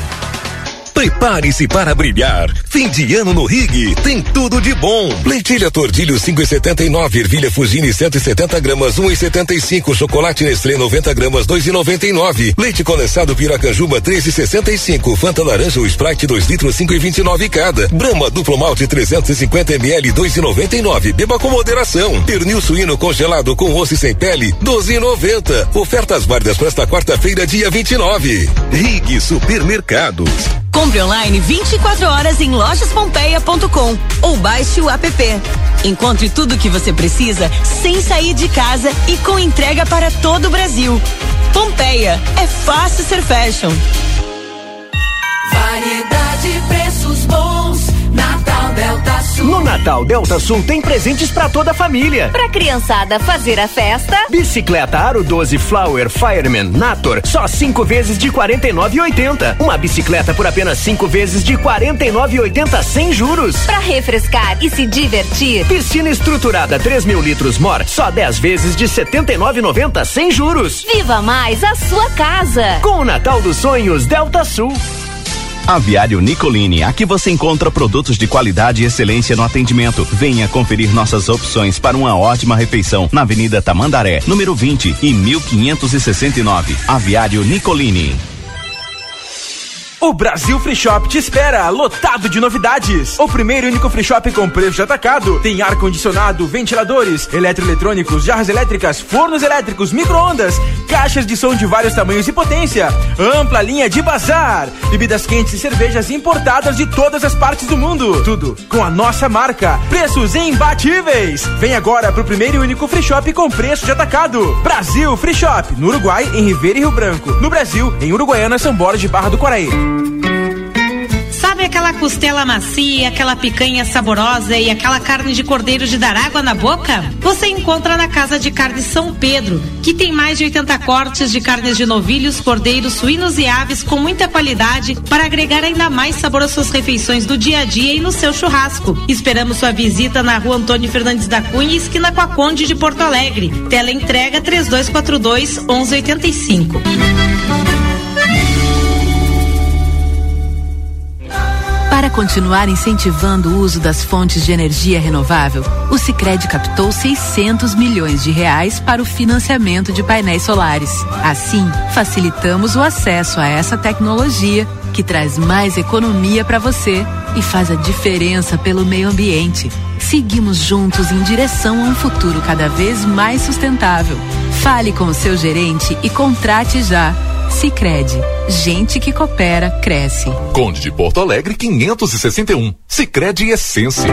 Prepare-se para brilhar. Fim de ano no Rig tem tudo de bom. Leitilha Tordilho cinco e setenta e nove, ervilha Fugini cento e setenta gramas um e setenta e cinco, chocolate Nestlé noventa gramas dois e noventa e nove, leite condensado Piracanjuba três e sessenta e cinco, Fanta laranja ou Sprite dois litros cinco e vinte e nove cada, Brahma duplo malte trezentos e cinquenta mililitros dois e noventa e nove. Beba com moderação. Pernil suíno congelado com osso e sem pele doze e noventa. Ofertas válidas para esta quarta-feira, dia vinte e nove. Rig Supermercados. Compre online vinte e quatro horas em lojas pompeia ponto com ou baixe o app. Encontre tudo o que você precisa sem sair de casa e com entrega para todo o Brasil. Pompeia, é fácil ser fashion. Variedade, preços bons. Natal Delta Sul. No Natal Delta Sul tem presentes pra toda a família. Pra criançada fazer a festa. Bicicleta Aro doze Flower Fireman Nator, só cinco vezes de quarenta e nove reais e oitenta centavos. Uma bicicleta por apenas cinco vezes de quarenta e nove reais e oitenta centavos sem juros. Pra refrescar e se divertir. Piscina estruturada três mil litros Mor, só dez vezes de setenta e nove reais e noventa centavos sem juros. Viva mais a sua casa. Com o Natal dos Sonhos Delta Sul. Aviário Nicolini, aqui você encontra produtos de qualidade e excelência no atendimento. Venha conferir nossas opções para uma ótima refeição na Avenida Tamandaré, número vinte e mil quinhentos e sessenta e nove. Aviário Nicolini. O Brasil Free Shop te espera, lotado de novidades. O primeiro e único free shop com preço de atacado. Tem ar-condicionado, ventiladores, eletroeletrônicos, jarras elétricas, fornos elétricos, micro-ondas, caixas de som de vários tamanhos e potência, ampla linha de bazar, bebidas quentes e cervejas importadas de todas as partes do mundo. Tudo com a nossa marca. Preços imbatíveis. Vem agora pro primeiro e único free shop com preço de atacado. Brasil Free Shop, no Uruguai, em Ribeira e Rio Branco. No Brasil, em Uruguaiana, São Borges de Barra do Quaraí. Sabe aquela costela macia, aquela picanha saborosa e aquela carne de cordeiro de dar água na boca? Você encontra na Casa de Carne São Pedro, que tem mais de oitenta cortes de carnes de novilhos, cordeiros, suínos e aves com muita qualidade para agregar ainda mais sabor às suas refeições do dia a dia e no seu churrasco. Esperamos sua visita na Rua Antônio Fernandes da Cunha, esquina com a Conde de Porto Alegre. Tela entrega três dois quatro dois, onze oitenta e cinco. Para continuar incentivando o uso das fontes de energia renovável, o Sicredi captou seiscentos milhões de reais para o financiamento de painéis solares. Assim, facilitamos o acesso a essa tecnologia que traz mais economia para você e faz a diferença pelo meio ambiente. Seguimos juntos em direção a um futuro cada vez mais sustentável. Fale com o seu gerente e contrate já. Sicredi, gente que coopera, cresce. Conde de Porto Alegre quinhentos e sessenta e um. Sicredi Essência.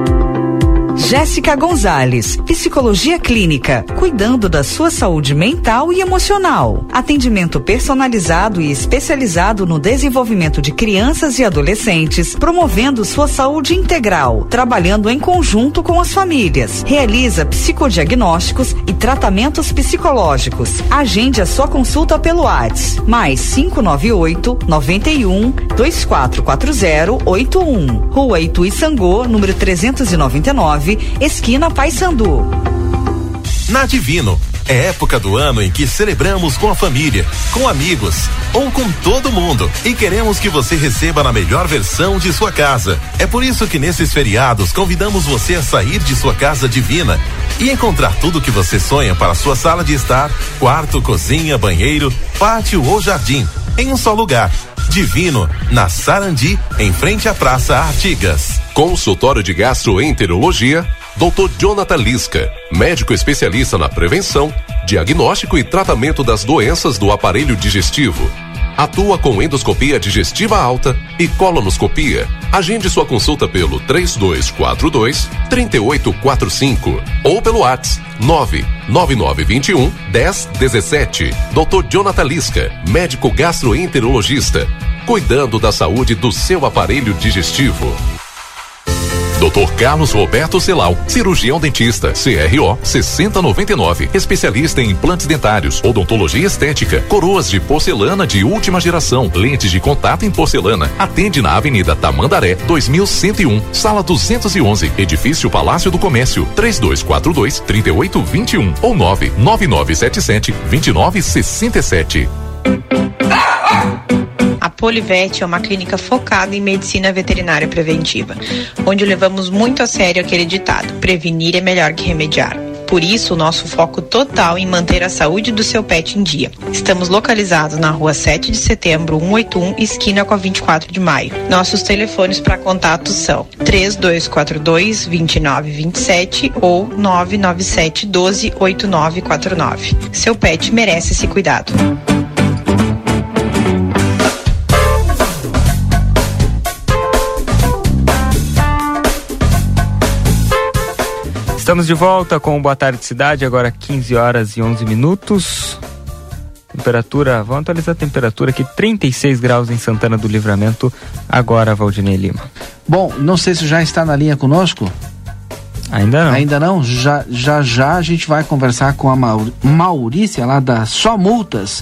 Jéssica Gonzalez, psicologia clínica, cuidando da sua saúde mental e emocional. Atendimento personalizado e especializado no desenvolvimento de crianças e adolescentes, promovendo sua saúde integral, trabalhando em conjunto com as famílias. Realiza psicodiagnósticos e tratamentos psicológicos. Agende a sua consulta pelo WhatsApp, mais cinco nove oito, nove um, dois quatro quatro zero, oito um. Rua Ituiçangô, número trezentos e noventa e nove, esquina Paissandu. Na Divino, é época do ano em que celebramos com a família, com amigos ou com todo mundo e queremos que você receba na melhor versão de sua casa. É por isso que nesses feriados convidamos você a sair de sua casa divina e encontrar tudo o que você sonha para sua sala de estar, quarto, cozinha, banheiro, pátio ou jardim, em um só lugar. Divino, na Sarandi, em frente à Praça Artigas. Consultório de Gastroenterologia, doutor Jonathan Lisca, médico especialista na prevenção, diagnóstico e tratamento das doenças do aparelho digestivo. Atua com endoscopia digestiva alta e colonoscopia. Agende sua consulta pelo três dois quatro dois, três oito quatro cinco ou pelo WhatsApp nove nove nove dois um, um zero um sete. doutor Jonathan Lisca, médico gastroenterologista, cuidando da saúde do seu aparelho digestivo. doutor Carlos Roberto Celal, cirurgião dentista, C R O sessenta noventa e nove, especialista em implantes dentários, odontologia estética, coroas de porcelana de última geração, lentes de contato em porcelana. Atende na Avenida Tamandaré, dois mil cento e um, sala duzentos e onze, edifício Palácio do Comércio, três dois quatro dois, três oito dois um ou nove nove nove sete sete, dois nove seis sete. A Polivet é uma clínica focada em medicina veterinária preventiva, onde levamos muito a sério aquele ditado: prevenir é melhor que remediar. Por isso, o nosso foco total em manter a saúde do seu pet em dia. Estamos localizados na rua sete de setembro, cento e oitenta e um, esquina com a vinte e quatro de maio. Nossos telefones para contato são três dois quatro dois, dois nove dois sete ou nove nove sete, um dois, oito nove quatro nove. Seu pet merece esse cuidado. Estamos de volta com o Boa Tarde Cidade, agora quinze horas e onze minutos. Temperatura, vamos atualizar a temperatura aqui, trinta e seis graus em Santana do Livramento, agora, Valdinei Lima. Bom, não sei se já está na linha conosco. Ainda não. Ainda não? Já já, já a gente vai conversar com a Maur- Maurícia lá da Só Multas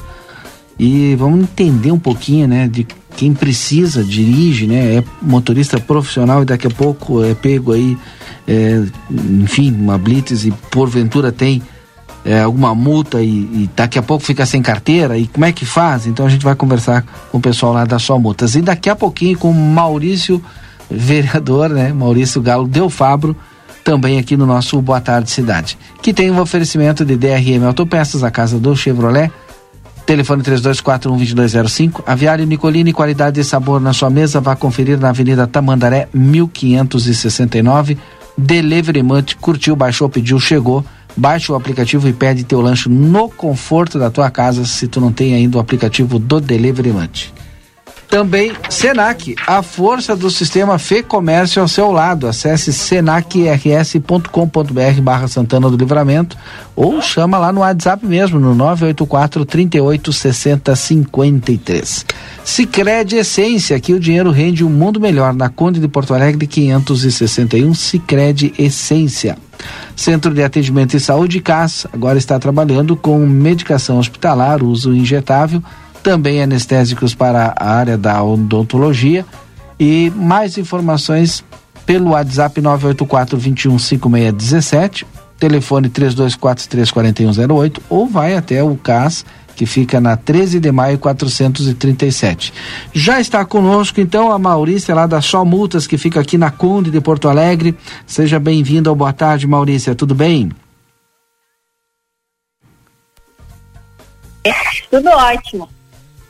e vamos entender um pouquinho, né, de quem precisa, dirige, né, é motorista profissional e daqui a pouco é pego aí, é, enfim, uma blitz e porventura tem é, alguma multa e, e daqui a pouco fica sem carteira, e como é que faz? Então a gente vai conversar com o pessoal lá da Só Multas e daqui a pouquinho com o Maurício, vereador, né, Maurício Galo Del Fabro, também aqui no nosso Boa Tarde Cidade, que tem um oferecimento de D R M Autopeças, a casa do Chevrolet. Telefone três dois quatro um, dois dois zero cinco. Aviário Nicolini, qualidade e sabor na sua mesa. Vá conferir na Avenida Tamandaré, mil quinhentos e sessenta e nove. Delivery Munch, curtiu, baixou, pediu, chegou. Baixa o aplicativo e pede teu lanche no conforto da tua casa, se tu não tem ainda o aplicativo do Delivery Munch. Também Senac, a força do sistema Fê Comércio ao seu lado. Acesse senac r s ponto com ponto b r barra Santana do Livramento ou chama lá no WhatsApp mesmo, no nove oito quatro, três oito seis zero, cinco três. Sicredi Essência, aqui o dinheiro rende um mundo melhor. Na Conde de Porto Alegre, quinhentos e sessenta e um, Sicredi Essência. Centro de Atendimento e Saúde C A S, agora está trabalhando com medicação hospitalar, uso injetável, também anestésicos para a área da odontologia. E mais informações pelo WhatsApp nove oito quatro, dois um cinco seis um sete, telefone três dois quatro três quatro um zero oito, ou vai até o C A S, que fica na treze de maio quatrocentos e trinta e sete. Já está conosco então a Maurícia lá da Só Multas, que fica aqui na Conde de Porto Alegre. Seja bem-vinda ao Boa Tarde, Maurícia, tudo bem? Tudo ótimo.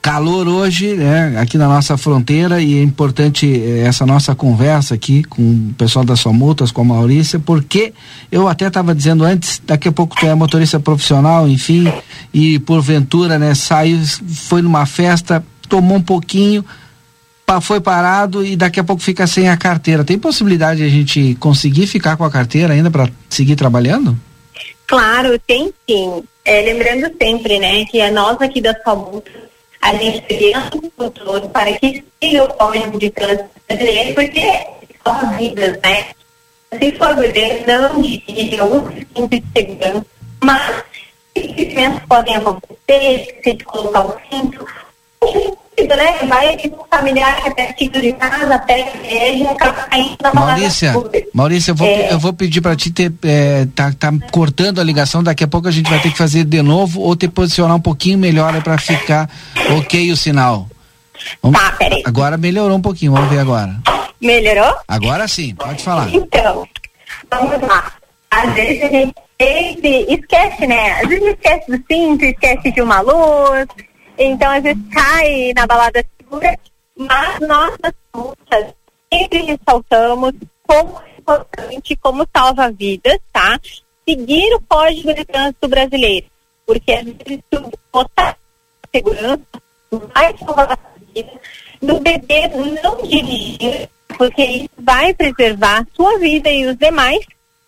calor hoje, né, aqui na nossa fronteira, e é importante eh, essa nossa conversa aqui com o pessoal da Somultas, com a Maurícia, porque eu até estava dizendo antes, daqui a pouco tu é motorista profissional, enfim, e porventura, né, saiu, foi numa festa, tomou um pouquinho, pa, foi parado e daqui a pouco fica sem a carteira. Tem possibilidade de a gente conseguir ficar com a carteira ainda para seguir trabalhando? Claro, tem sim. É, lembrando sempre, né, que a nós aqui da Somultas, a gente criando um controle para que siga o código de trânsito brasileiro, porque são vidas, né? Se for beber, não dirija, use cinto de segurança, mas equipamentos podem acontecer, se colocar o cinto, né? Vai aqui um familiar que é pertinho de casa, pega ele e acaba caindo na Maurícia, Maurícia, eu vou, é... eu vou pedir para ti ter, é, tá, tá cortando a ligação, daqui a pouco a gente vai ter que fazer de novo ou te posicionar um pouquinho melhor para ficar ok o sinal. Vamos... Tá, peraí. Agora melhorou um pouquinho, vamos ver agora. Melhorou? Agora sim, pode falar. Então, vamos lá. Às vezes a gente esquece, né? Às vezes esquece do cinto, esquece de uma luz. Então, às vezes cai na balada segura, mas nós, das multas, sempre ressaltamos como é importante, como salva vidas, tá? Seguir o Código de Trânsito Brasileiro, porque às vezes tu botar segurança vai salvar a vida, no beber não dirigir, porque isso vai preservar a sua vida e os demais.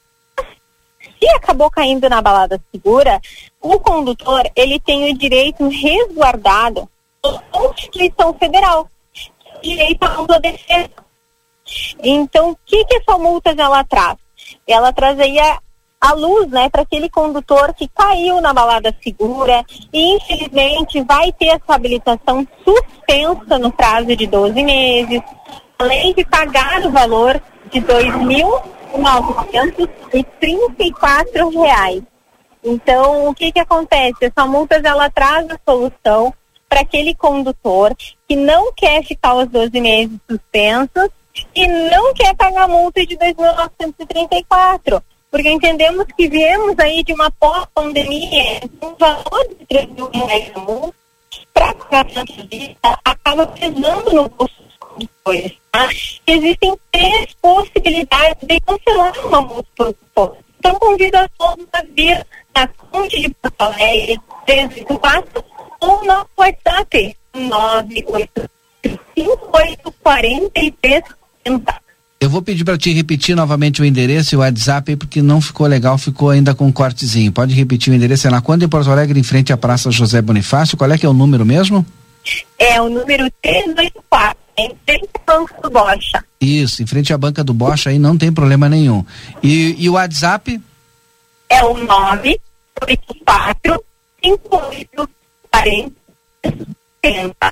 Se acabou caindo na balada segura, o condutor, ele tem o direito resguardado pela Constituição Federal, o direito à ampla defesa. Então, o que que essa multa ela traz? Ela traz aí a, a luz, né, para aquele condutor que caiu na balada segura e, infelizmente, vai ter essa habilitação suspensa no prazo de doze meses, além de pagar o valor de dois mil novecentos e trinta e quatro reais. Então, o que que acontece? Essa multa, ela traz a solução para aquele condutor que não quer ficar os doze meses suspensos e não quer pagar a multa de dois mil novecentos e trinta e quatro, porque entendemos que viemos aí de uma pós-pandemia, um valor de três mil reais a multa, para pagar a vista, acaba pesando no bolso dos condutores, tá? Existem três possibilidades de cancelar uma multa por condutor. Então, convido a todos a vir na Conde de Porto Alegre, três oito quatro, ou no WhatsApp, nove oito cinco oito quatro três zero zero. Eu vou pedir para te repetir novamente o endereço e o WhatsApp, porque não ficou legal, ficou ainda com um cortezinho. Pode repetir o endereço, é na Conde de Porto Alegre, em frente à Praça José Bonifácio. Qual é que é o número mesmo? É o número três oito quatro, em frente à Banca do Bocha. Isso, em frente à Banca do Bocha, aí não tem problema nenhum. E, e o WhatsApp? É o nove oito quatro cinco oito quatro zero zero.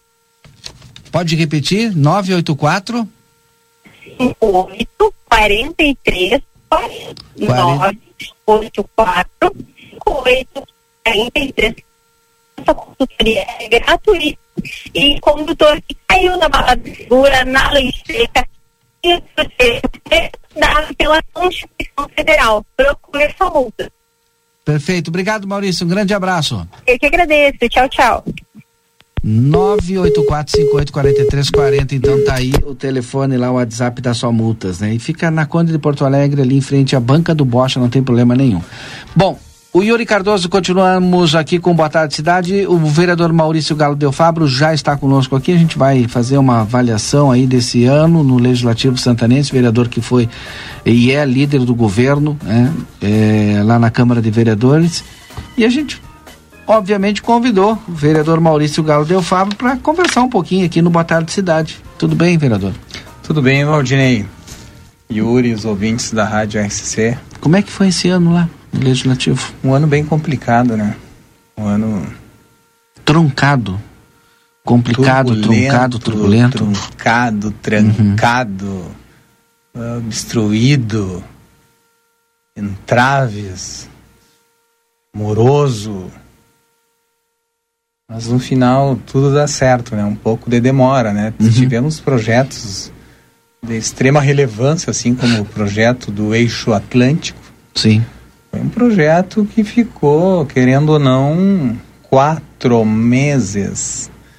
Pode repetir? nove oito quatro cinco oito quatro três nove oito quatro cinco oito quatro três. Essa consultoria é gratuita. E condutor que caiu na balada segura, na lei seca, e dado pela Constituição Federal. Procure essa multa. Perfeito. Obrigado, Maurício. Um grande abraço. Eu que agradeço. Tchau, tchau. nove oito quatro cinco oito quatro três quatro zero, então tá aí o telefone lá, o WhatsApp da Só Multas, né? E fica na Conde de Porto Alegre, ali em frente à Banca do Bocha, não tem problema nenhum. Bom, o Yuri Cardoso, continuamos aqui com Boa Tarde Cidade. O vereador Maurício Galo Del Fabro já está conosco aqui. A gente vai fazer uma avaliação aí desse ano no Legislativo Santanense, vereador que foi e é líder do governo, né? É, lá na Câmara de Vereadores. E a gente obviamente convidou o vereador Maurício Galo Del Fabro para conversar um pouquinho aqui no Boa Tarde Cidade. Tudo bem, vereador? Tudo bem, Valdinei. Yuri, os ouvintes da Rádio R C C. Como é que foi esse ano lá no Legislativo? Um ano bem complicado, né? Um ano... Truncado. Complicado, truncado, turbulento. Truncado, trancado, uhum. uh, obstruído, entraves, moroso. Mas no final tudo dá certo, né? Um pouco de demora, né? Uhum. Tivemos projetos de extrema relevância, assim como o projeto do Eixo Atlântico. Sim. Foi um projeto que ficou, querendo ou não, quatro meses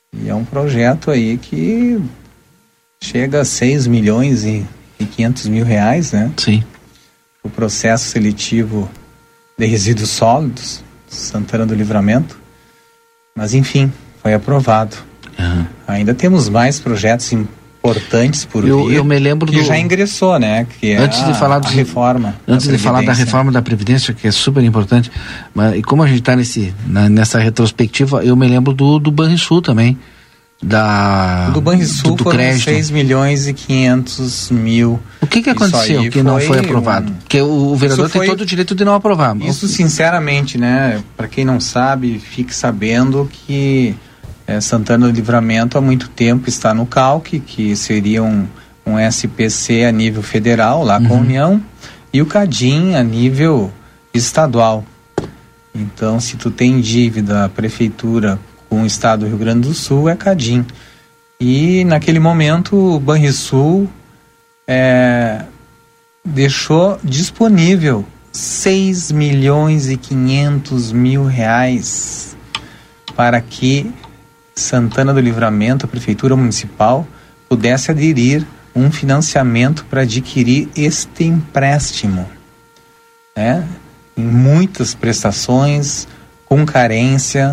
E é um projeto aí que chega a seis milhões e quinhentos mil reais, né? Sim. O processo seletivo de resíduos sólidos, Santana do Livramento. Mas enfim, foi aprovado. Uhum. Ainda temos mais projetos importantes por eu, vir. Eu me lembro que do... já ingressou, né? Que é antes de falar a, a reforma. Antes de falar da reforma da Previdência, que é super importante, mas e como a gente está nesse, na, nessa retrospectiva, eu me lembro do, do Banrisul também. Da, do Banrisul do, do foram crédito. seis milhões e quinhentos mil. O que que aconteceu que não foi aprovado? Um... Porque o, o vereador foi... tem todo o direito de não aprovar. Isso, sinceramente, né? Para quem não sabe, fique sabendo que é, Santana do Livramento há muito tempo está no C A L C, que seria um, um S P C a nível federal, lá com uhum. a União, e o CADIM a nível estadual. Então, se tu tem dívida a prefeitura com o estado do Rio Grande do Sul, é CADIM. E naquele momento o Banrisul é, deixou disponível seis milhões e quinhentos mil reais para que Santana do Livramento, a Prefeitura Municipal, pudesse aderir um financiamento para adquirir este empréstimo, né? Em muitas prestações, com carência.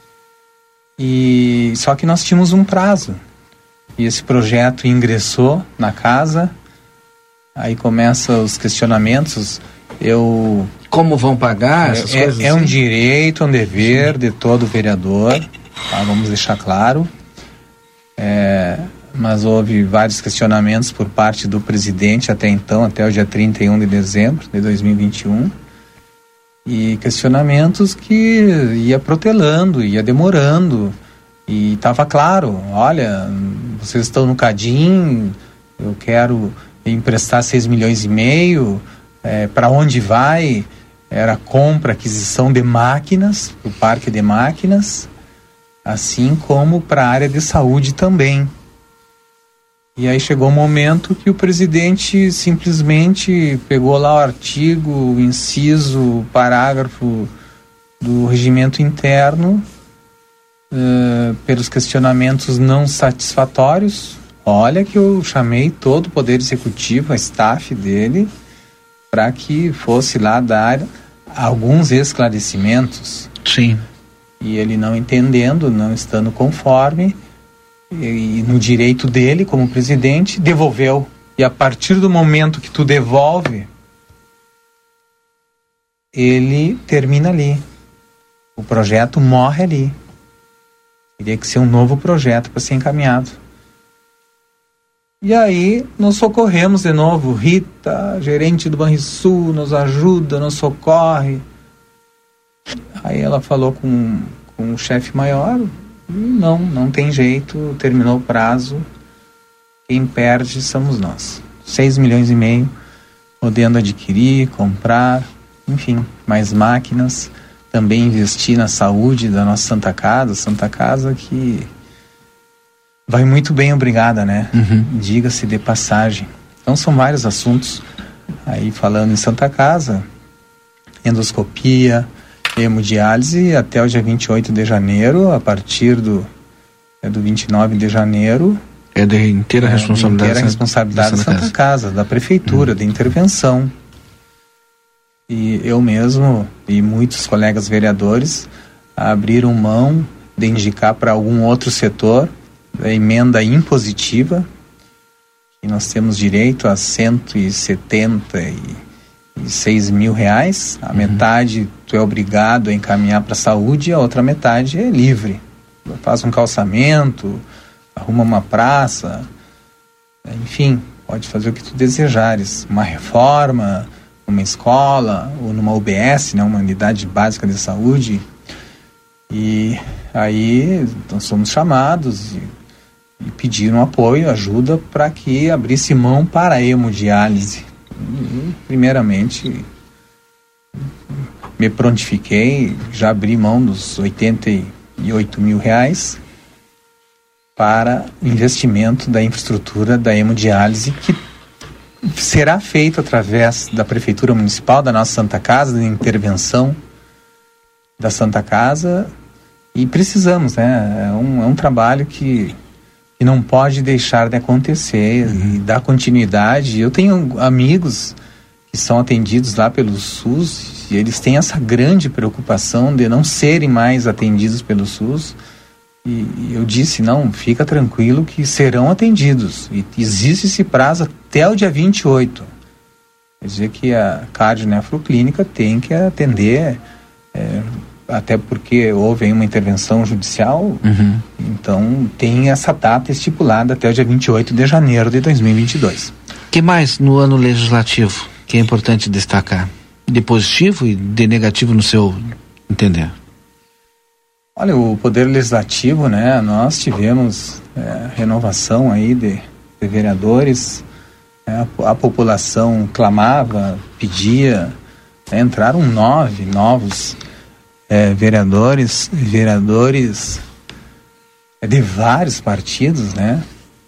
E só que nós tínhamos um prazo. E esse projeto ingressou na casa. Aí começam os questionamentos. Eu como vão pagar essas é, coisas? É assim? Um direito, um dever Sim. de todo vereador. Tá? Vamos deixar claro. É, mas houve vários questionamentos por parte do presidente até então, até o dia trinta e um de dezembro de dois mil e vinte e um. E questionamentos que ia protelando, ia demorando. E estava claro, olha, vocês estão no CADIM, eu quero emprestar seis milhões e meio, é, para onde vai? Era compra, aquisição de máquinas, o parque de máquinas, assim como para a área de saúde também. E aí chegou um momento que o presidente simplesmente pegou lá o artigo, o inciso, o parágrafo do regimento interno, uh, pelos questionamentos não satisfatórios. Olha que eu chamei todo o Poder Executivo, a staff dele, para que fosse lá dar alguns esclarecimentos. Sim. E ele não entendendo, não estando conforme, e no direito dele como presidente, devolveu. E a partir do momento que tu devolve, ele termina ali. O projeto morre ali. Teria que ser um novo projeto para ser encaminhado. E aí nós socorremos de novo. Rita, gerente do Banrisul, nos ajuda, nos socorre. Aí ela falou com, com o chefe maior. Não, não tem jeito, terminou o prazo, quem perde somos nós. seis milhões e meio, podendo adquirir, comprar, enfim, mais máquinas, também investir na saúde da nossa Santa Casa, Santa Casa que vai muito bem, obrigada, né? Uhum. Diga-se de passagem. Então são vários assuntos, aí falando em Santa Casa, endoscopia, hemodiálise até o dia vinte e oito de janeiro, a partir do, é do vinte e nove de janeiro. É de inteira é, responsabilidade, de inteira responsabilidade da Santa, Santa Casa. Casa, da Prefeitura, hum. de intervenção. E eu mesmo e muitos colegas vereadores abriram mão de indicar para algum outro setor a emenda impositiva, que nós temos direito a cento e setenta e seis mil reais, a uhum. metade tu é obrigado a encaminhar para a saúde e a outra metade é livre. Faz um calçamento, arruma uma praça, enfim, pode fazer o que tu desejares. Uma reforma, uma escola, ou numa U B S, né, uma unidade básica de saúde. E aí nós somos chamados e, e pediram apoio, ajuda para que abrisse mão para a hemodiálise. E, primeiramente me prontifiquei, já abri mão dos oitenta e oito mil reais para investimento da infraestrutura da hemodiálise, que será feito através da Prefeitura Municipal, da nossa Santa Casa, da intervenção da Santa Casa, E precisamos, né? É um, é um trabalho que, que não pode deixar de acontecer uhum. e dar continuidade. Eu tenho amigos que são atendidos lá pelo SUS e eles têm essa grande preocupação de não serem mais atendidos pelo SUS. E, e eu disse, não, fica tranquilo que serão atendidos. E existe esse prazo até o dia vinte e oito. Quer dizer que a Cardionefroclínica tem que atender, é, até porque houve aí uma intervenção judicial, uhum. então tem essa data estipulada até o dia vinte e oito de janeiro de dois mil e vinte e dois. O que mais no ano legislativo que é importante destacar? De positivo e de negativo no seu entender? Olha, o Poder Legislativo, né, nós tivemos é, renovação aí de, de vereadores, é, a, a população clamava, pedia, né, entraram nove novos é, vereadores, vereadores é, de vários partidos, né,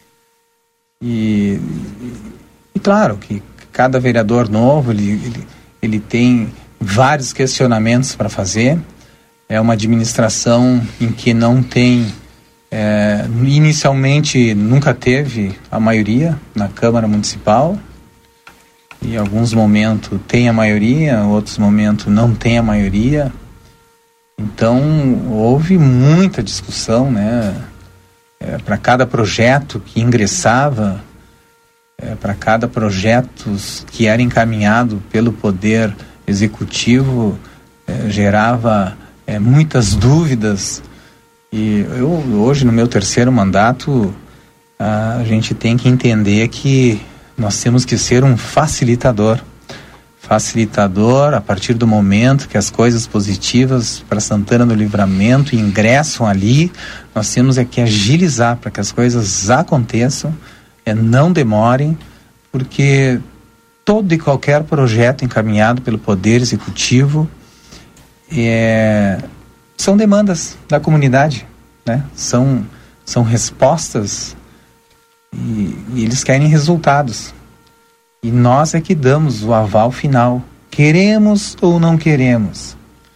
e, e claro que cada vereador novo, ele, ele, ele tem vários questionamentos para fazer. É uma administração em que não tem, é, inicialmente nunca teve a maioria na Câmara Municipal. Em alguns momentos tem a maioria, em outros momentos não tem a maioria. Então houve muita discussão, né? É, para cada projeto que ingressava, é, para cada projeto que era encaminhado pelo Poder Executivo, é, gerava É, muitas dúvidas. E eu hoje, no meu terceiro mandato, a gente tem que entender que nós temos que ser um facilitador facilitador a partir do momento que as coisas positivas para Santana do Livramento ingressam ali. Nós temos é que agilizar para que as coisas aconteçam, é, não demorem, porque todo e qualquer projeto encaminhado pelo Poder Executivo É, são demandas da comunidade, né? São, são respostas e, e eles querem resultados. E nós é que damos o aval final. Queremos ou não queremos?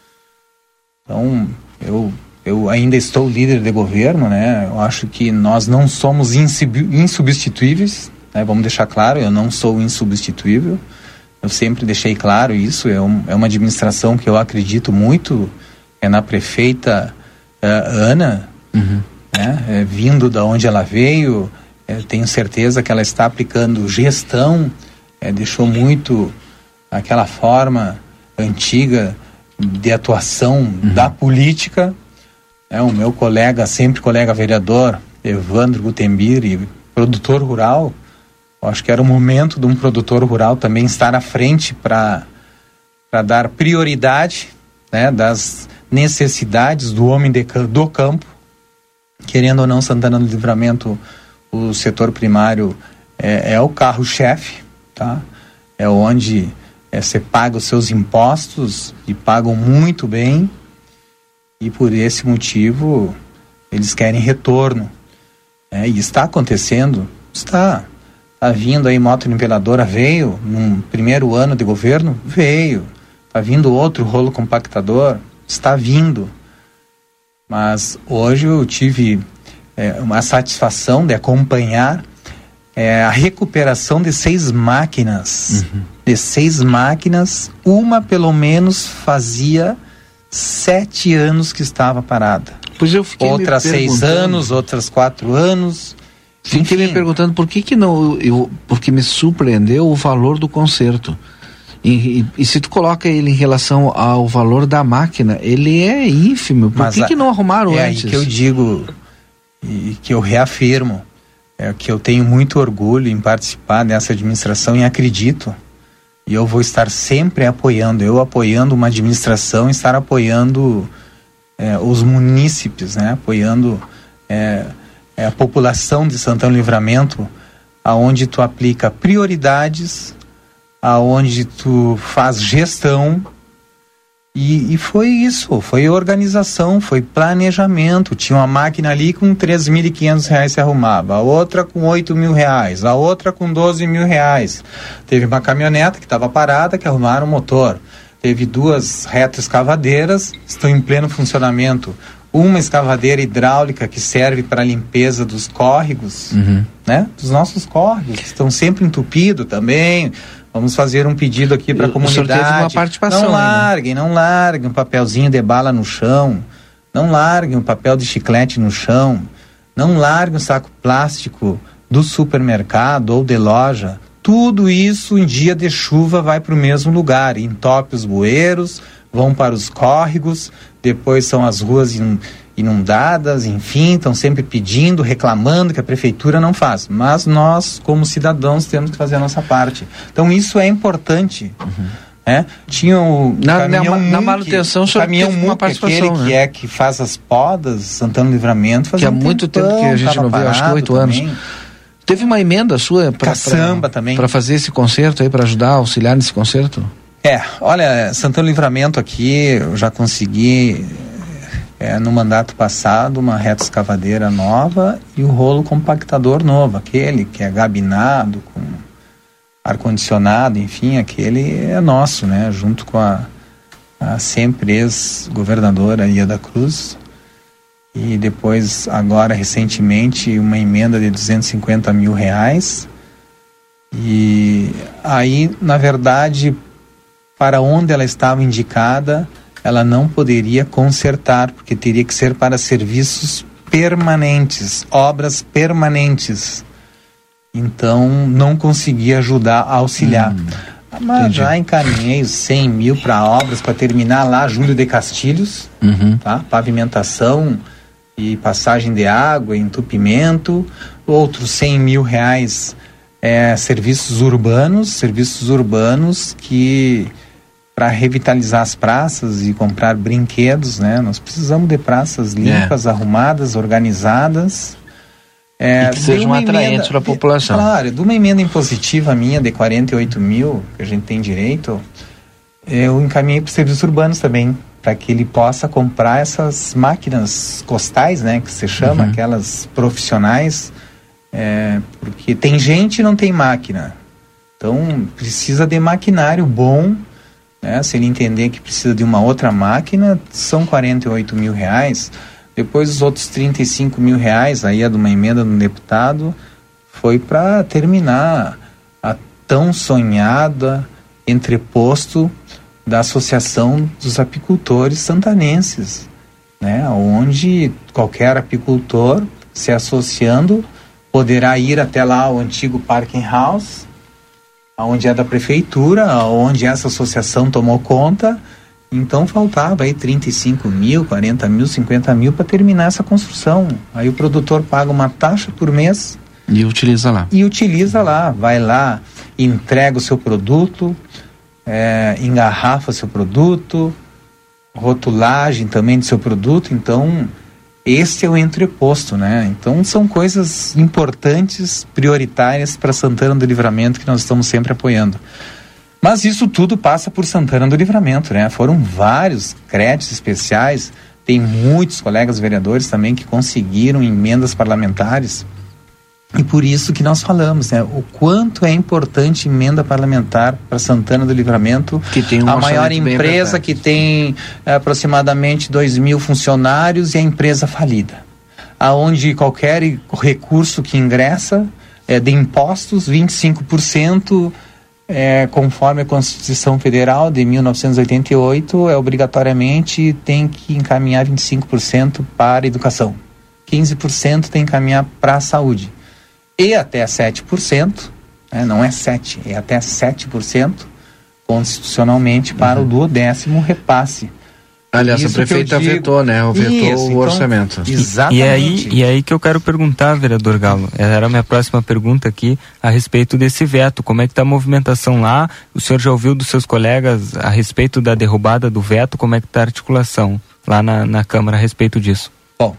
Então, eu, eu ainda estou líder de governo, né? Eu acho que nós não somos insub, insubstituíveis, né? Vamos deixar claro, eu não sou insubstituível. Eu sempre deixei claro isso, é, um, é uma administração que eu acredito muito, é na prefeita uh, Ana, uhum. né, é, vindo da onde ela veio, é, tenho certeza que ela está aplicando gestão, é, deixou muito aquela forma antiga de atuação uhum. da política. É, o meu colega, sempre colega vereador, Evandro Gutenbir, produtor rural, acho que era o momento de um produtor rural também estar à frente para para dar prioridade, né, das necessidades do homem de, do campo. Querendo ou não, Santana do Livramento, o setor primário é, é o carro-chefe, tá? É onde é, você paga os seus impostos e pagam muito bem, e por esse motivo eles querem retorno. É, e está acontecendo, está... Está vindo aí moto niveladora, veio num primeiro ano de governo, veio. Está vindo outro rolo compactador, está vindo. Mas hoje eu tive é, uma satisfação de acompanhar é, a recuperação de seis máquinas. Uhum. De seis máquinas, uma pelo menos fazia sete anos que estava parada. Pois eu fiquei outras seis anos, outras quatro anos... Fiquei me perguntando por que que não, eu, porque me surpreendeu o valor do conserto. E, e, e se tu coloca ele em relação ao valor da máquina, ele é ínfimo. Por Mas que a, que não arrumaram é antes? É aí que eu digo, e que eu reafirmo, é que eu tenho muito orgulho em participar dessa administração e acredito. E eu vou estar sempre apoiando, eu apoiando uma administração, estar apoiando é, os munícipes, né? Apoiando... É, É a população de Santana do Livramento, aonde tu aplica prioridades, aonde tu faz gestão, e, e foi isso, foi organização, foi planejamento. Tinha uma máquina ali com três mil e quinhentos reais se arrumava, a outra com oito mil reais, a outra com doze mil reais. Teve uma caminhoneta que estava parada, que arrumaram o motor. Teve duas retroescavadeiras, estão em pleno funcionamento. uma escavadeira hidráulica que serve para a limpeza dos córregos, Uhum. né? Dos nossos córregos, que estão sempre entupidos também. Vamos fazer um pedido aqui para a comunidade. O senhor teve uma participação Não aí, né? larguem, não larguem um papelzinho de bala no chão. Não larguem um papel de chiclete no chão. Não larguem um saco plástico do supermercado ou de loja. Tudo isso em dia de chuva vai para o mesmo lugar. Entope os bueiros, vão para os córregos, depois são as ruas inundadas, enfim, estão sempre pedindo, reclamando que a prefeitura não faz. Mas nós, como cidadãos, temos que fazer a nossa parte. Então isso é importante. Uhum. É? Tinha o na, caminhão na, na manutenção, o caminhão teve uma Muque, participação, aquele né? que é que faz as podas, Santana do Livramento, faz que há um muito tempão, tempo que a gente não viu, acho que oito anos. Teve uma emenda sua para Caçamba também para fazer esse concerto aí, para ajudar, auxiliar nesse concerto? É, olha, Santana do Livramento aqui, eu já consegui é, no mandato passado uma reta escavadeira nova e o rolo compactador novo, aquele que é gabinado com ar-condicionado, enfim, aquele é nosso, né? Junto com a, a sempre ex-governadora Ieda Cruz. E depois, agora, recentemente, uma emenda de duzentos e cinquenta mil reais. E aí, na verdade, para onde ela estava indicada, ela não poderia consertar, porque teria que ser para serviços permanentes, obras permanentes. Então, não conseguia ajudar a auxiliar. Hum, Mas entendi. Já encaminhei os cem mil para obras, para terminar lá Júlio de Castilhos, uhum. tá? Pavimentação e passagem de água, entupimento. Outros cem mil reais é, serviços urbanos, serviços urbanos que, para revitalizar as praças e comprar brinquedos, né? Nós precisamos de praças limpas, é. arrumadas, organizadas. É, e que sejam atraentes para a população. Claro, de uma emenda impositiva minha de quarenta e oito mil, que a gente tem direito, eu encaminhei para os serviços urbanos também, para que ele possa comprar essas máquinas costais, né, que se chama, uhum. aquelas profissionais, é, porque tem gente e não tem máquina. Então, precisa de maquinário bom, né, se ele entender que precisa de uma outra máquina, são quarenta e oito mil reais. Depois os outros trinta e cinco mil reais, aí é de uma emenda do deputado, foi para terminar a tão sonhada entreposto da Associação dos Apicultores Santanenses, né? Onde qualquer apicultor se associando poderá ir até lá ao antigo Parking House, onde é da prefeitura, onde essa associação tomou conta. Então faltava aí trinta e cinco mil, quarenta mil, cinquenta mil para terminar essa construção. Aí o produtor paga uma taxa por mês e utiliza lá. E utiliza lá, vai lá, entrega o seu produto, é, engarrafa seu produto, rotulagem também do seu produto. Então esse é o entreposto, né? Então são coisas importantes, prioritárias para Santana do Livramento que nós estamos sempre apoiando. Mas isso tudo passa por Santana do Livramento, né? Foram vários créditos especiais, tem muitos colegas vereadores também que conseguiram emendas parlamentares. E por isso que nós falamos, né? O quanto é importante emenda parlamentar para Santana do Livramento, que tem um a maior empresa que tem é, aproximadamente dois mil funcionários e a empresa falida. Aonde qualquer recurso que ingressa é, de impostos, vinte e cinco por cento... É, conforme a Constituição Federal de mil novecentos e oitenta e oito, é obrigatoriamente tem que encaminhar vinte e cinco por cento para a educação, quinze por cento tem que encaminhar para a saúde e até sete por cento, né, não é sete, é até sete por cento constitucionalmente para uhum. o duodécimo repasse. Aliás, isso a prefeita digo, vetou, né? Vetou isso, o então, orçamento. Exatamente. E aí, e aí que eu quero perguntar, vereador Galo, era a minha próxima pergunta aqui a respeito desse veto. Como é que está a movimentação lá? O senhor já ouviu dos seus colegas a respeito da derrubada do veto? Como é que está a articulação lá na, na Câmara a respeito disso? Bom,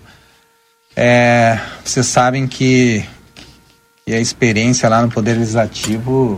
é, vocês sabem que, que a experiência lá no Poder Legislativo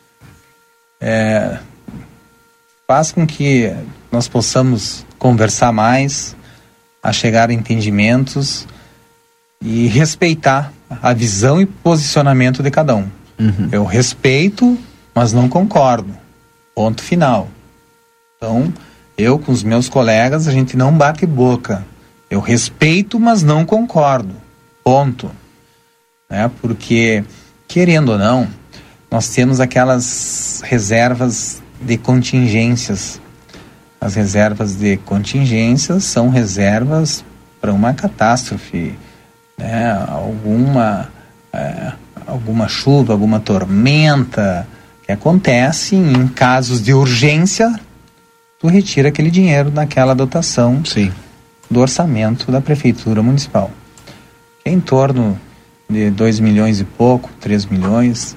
é, faz com que nós possamos conversar mais, a chegar a entendimentos e respeitar a visão e posicionamento de cada um. Uhum. Eu respeito, mas não concordo. Ponto final. Então, eu com os meus colegas, a gente não bate boca. Eu respeito, mas não concordo. Ponto. Né? Porque, querendo ou não, nós temos aquelas reservas de contingências. As reservas de contingências são reservas para uma catástrofe, né? Alguma, é, alguma chuva, alguma tormenta que acontece em casos de urgência, tu retira aquele dinheiro daquela dotação Sim. do orçamento da Prefeitura Municipal. É em torno de dois milhões e pouco, três milhões.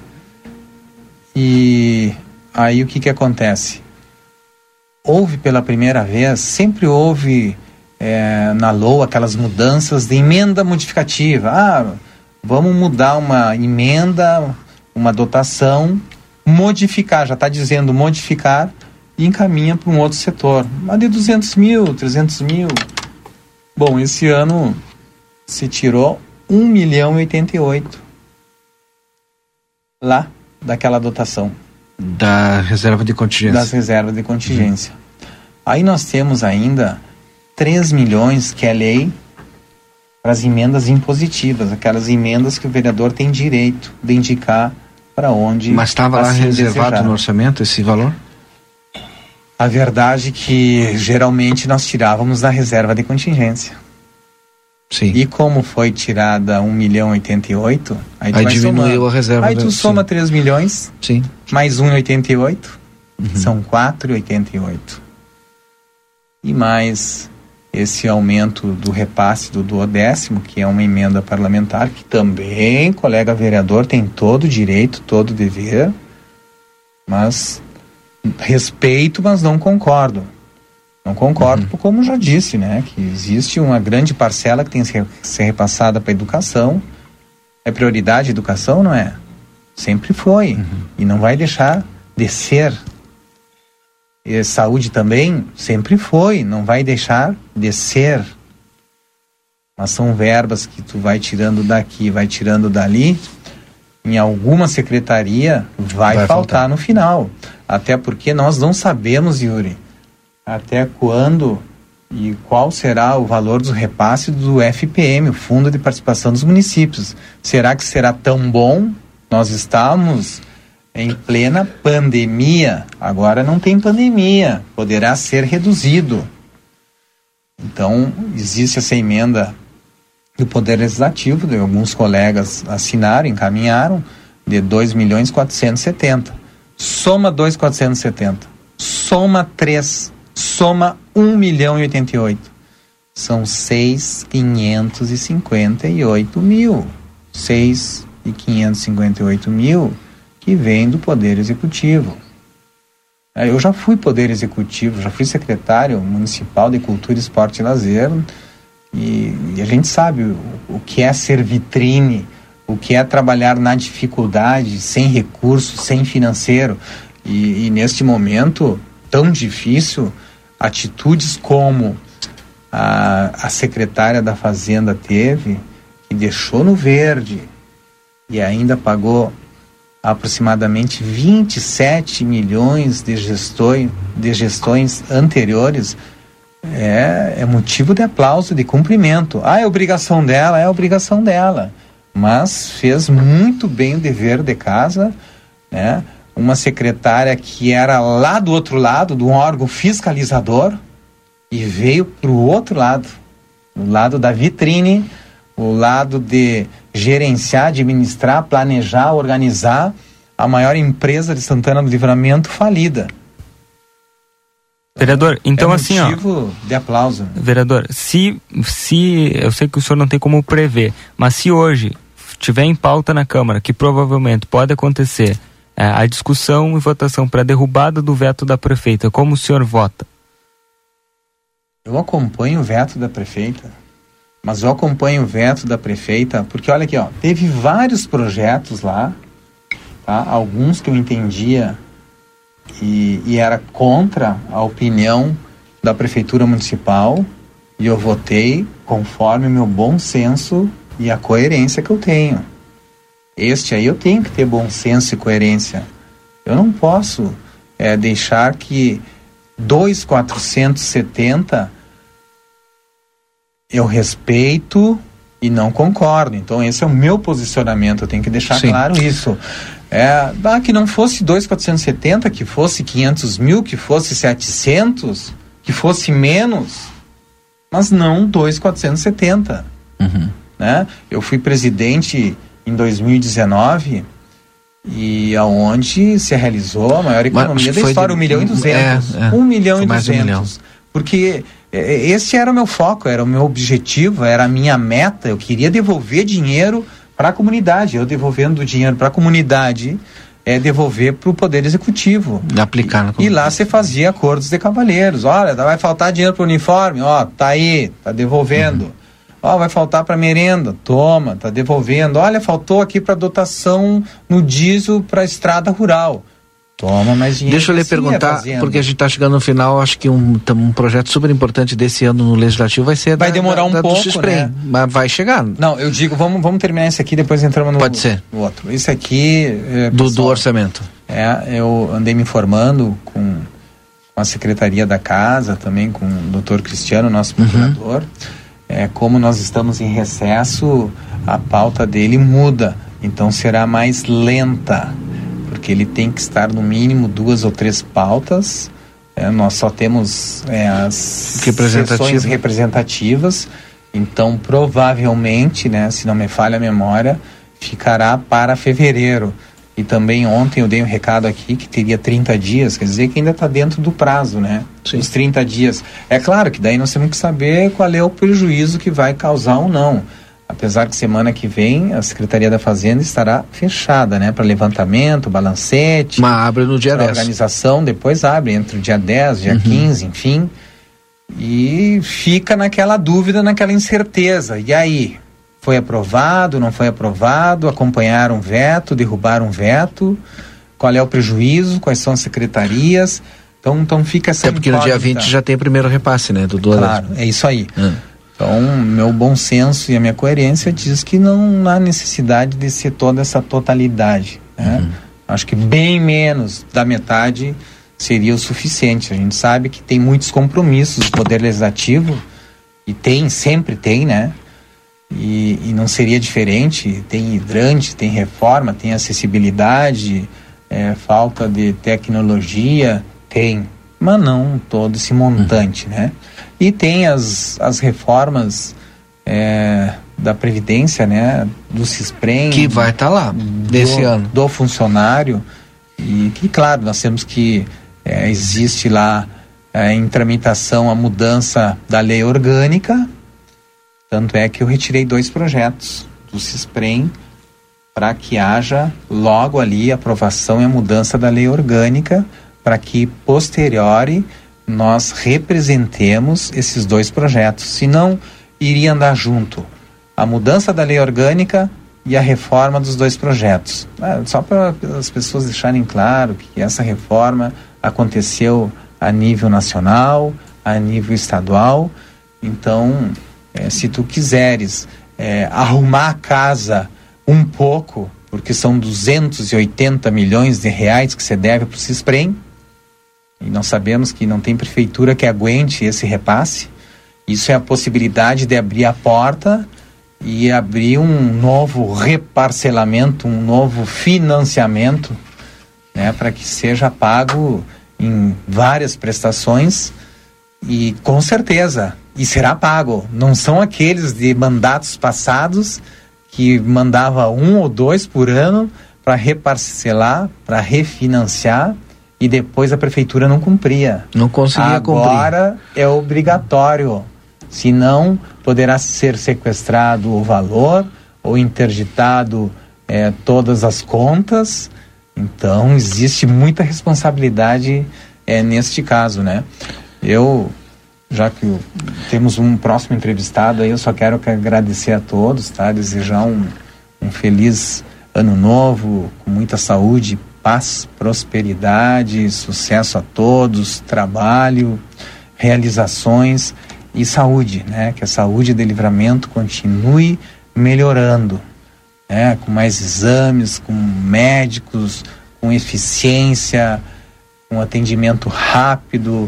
E aí o que que acontece? Houve pela primeira vez, sempre houve é, na L O A aquelas mudanças de emenda modificativa. Ah, vamos mudar uma emenda, uma dotação, modificar, já está dizendo modificar, e encaminha para um outro setor. Mas de duzentos mil, trezentos mil. Bom, esse ano se tirou um milhão e oitenta e oito lá daquela dotação. Da reserva de contingência. Das reservas de contingência. Uhum. Aí nós temos ainda três milhões, que é lei, para as emendas impositivas, aquelas emendas que o vereador tem direito de indicar para onde... Mas estava lá reservado desejar. No orçamento esse valor? A verdade é que geralmente nós tirávamos da reserva de contingência. Sim. E como foi tirada um milhão e oitenta e oito, aí, tu aí vai diminuiu somando. A reserva. Aí tu da... soma sim. três milhões, sim. mais um e oitenta e oito, uhum. são quatro e oitenta e oito. E mais esse aumento do repasse do duodécimo, que é uma emenda parlamentar, que também, colega vereador, tem todo o direito, todo o dever, mas respeito, mas não concordo. Não concordo, uhum. como já disse, né? Que existe uma grande parcela que tem que ser repassada para a educação. É prioridade a educação, não é? Sempre foi. Uhum. E não vai deixar de ser. E saúde também sempre foi. Não vai deixar de ser. Mas são verbas que tu vai tirando daqui, vai tirando dali. Em alguma secretaria vai, vai faltar, faltar no final. Até porque nós não sabemos, Yuri, até quando e qual será o valor dos repasses do F P M, o Fundo de Participação dos Municípios. Será que será tão bom? Nós estamos em plena pandemia, agora não tem pandemia, poderá ser reduzido. Então, existe essa emenda do Poder Legislativo, de alguns colegas assinaram, encaminharam, de dois milhões quatrocentos e setenta. Soma dois milhões quatrocentos e setenta, soma três, soma um milhão e oitenta e oito. São seis milhões quinhentos e cinquenta e oito mil. seis milhões quinhentos e cinquenta e oito mil que vem do Poder Executivo. Eu já fui Poder Executivo, já fui secretário municipal de Cultura, Esporte e Lazer, e, e a gente sabe o, o que é ser vitrine, o que é trabalhar na dificuldade, sem recurso, sem financeiro. E, e neste momento tão difícil, atitudes como a, a secretária da Fazenda teve, que deixou no verde e ainda pagou aproximadamente vinte e sete milhões de gestões, de gestões anteriores, é, é motivo de aplauso, de cumprimento. Ah, é obrigação dela, é obrigação dela. Mas fez muito bem o dever de casa, né? Uma secretária que era lá do outro lado, de um órgão fiscalizador, e veio para o outro lado, o lado da vitrine, o lado de gerenciar, administrar, planejar, organizar a maior empresa de Santana do Livramento falida. Vereador, então é assim, ó. motivo de aplauso. Vereador, se, se, eu sei que o senhor não tem como prever, mas se hoje tiver em pauta na Câmara, que provavelmente pode acontecer, é, a discussão e votação para a derrubada do veto da prefeita, como o senhor vota? Eu acompanho o veto da prefeita, mas eu acompanho o veto da prefeita, porque olha aqui, ó, teve vários projetos lá, tá? Alguns que eu entendia e, e era contra a opinião da Prefeitura Municipal, e eu votei conforme o meu bom senso e a coerência que eu tenho. Este aí eu tenho que ter bom senso e coerência. Eu não posso é, deixar que dois mil quatrocentos e setenta eu respeito e não concordo. Então esse é o meu posicionamento, eu tenho que deixar Sim. claro isso. É, ah, que não fosse dois mil quatrocentos e setenta, que fosse quinhentos mil, que fosse setecentos, que fosse menos, mas não dois mil quatrocentos e setenta. Uhum. Né? Eu fui presidente em dois mil e dezenove e aonde se realizou a maior economia da história, de... um milhão e duzentos. É, é. Um milhão e duzentos. Um milhão. Porque esse era o meu foco, era o meu objetivo, era a minha meta. Eu queria devolver dinheiro para a comunidade. Eu devolvendo dinheiro para a comunidade é devolver para o Poder Executivo. Aplicar na comunidade. E lá você fazia acordos de cavalheiros. Olha, vai faltar dinheiro para o uniforme, ó, tá aí, tá devolvendo. Uhum. Ó, vai faltar para merenda, toma, tá devolvendo. Olha, faltou aqui para dotação no diesel para a estrada rural. Toma mais dinheiro. Deixa eu lhe perguntar, porque a gente está chegando no final, acho que um, um projeto super importante desse ano no Legislativo vai ser vai da, demorar um da, pouco, do né? Mas vai chegar. Não, eu digo, vamos, vamos terminar esse aqui, depois entramos no, Pode ser. no outro. Esse aqui... É, do, pessoal, do orçamento. É, eu andei me informando com, com a Secretaria da Casa, também com o doutor Cristiano, nosso procurador. Uhum. É, como nós estamos em recesso, a pauta dele muda, então será mais lenta, porque ele tem que estar no mínimo duas ou três pautas. É, nós só temos é, as sessões representativas, então provavelmente, né, se não me falha a memória, ficará para fevereiro. E também ontem eu dei um recado aqui que teria trinta dias, quer dizer que ainda está dentro do prazo, né? Sim. Os trinta dias. É claro que daí nós temos que saber qual é o prejuízo que vai causar ou não. Apesar que semana que vem a Secretaria da Fazenda estará fechada, né? Para levantamento, balancete. Mas abre no dia dez. Organização, depois abre entre o dia dez, dia uhum. quinze, enfim. E fica naquela dúvida, naquela incerteza. E aí? Foi aprovado, não foi aprovado, acompanharam o veto, derrubaram o veto, qual é o prejuízo, quais são as secretarias, então, então fica essa... É porque no dia vinte já tem o primeiro repasse, né, do dólar. Claro, é isso aí. Hum. Então, meu bom senso e a minha coerência diz que não há necessidade de ser toda essa totalidade, né? Uhum. Acho que bem menos da metade seria o suficiente. A gente sabe que tem muitos compromissos do Poder Legislativo, e tem, sempre tem, né? E, e não seria diferente. Tem hidrante, tem reforma, tem acessibilidade, é, falta de tecnologia, tem, mas não todo esse montante, né? E tem as, as reformas é, da Previdência, né? Do CISPREM, que vai estar tá lá desse do, ano, do funcionário, e que, claro, nós temos que é, existe lá é, em tramitação a mudança da lei orgânica. Tanto é que eu retirei dois projetos do CISPREM para que haja logo ali a aprovação e a mudança da lei orgânica, para que posteriori nós representemos esses dois projetos. Senão, iria andar junto a mudança da lei orgânica e a reforma dos dois projetos. Ah, só para as pessoas deixarem claro que essa reforma aconteceu a nível nacional, a nível estadual. Então... É, se tu quiseres é, arrumar a casa um pouco, porque são duzentos e oitenta milhões de reais que você deve para o CISPREM, e nós sabemos que não tem prefeitura que aguente esse repasse, isso é a possibilidade de abrir a porta e abrir um novo reparcelamento, um novo financiamento, né, para que seja pago em várias prestações, e com certeza... E será pago. Não são aqueles de mandatos passados que mandava um ou dois por ano para reparcelar, para refinanciar, e depois a prefeitura não cumpria. Não conseguia cumprir. Agora é obrigatório. Senão poderá ser sequestrado o valor ou interditado é, todas as contas. Então existe muita responsabilidade é, neste caso, né? Eu... Já que temos um próximo entrevistado aí, eu só quero que agradecer a todos, tá? Desejar um, um feliz ano novo, com muita saúde, paz, prosperidade, sucesso a todos, trabalho, realizações e saúde, né? Que a saúde de Livramento continue melhorando, né? Com mais exames, com médicos, com eficiência, com atendimento rápido,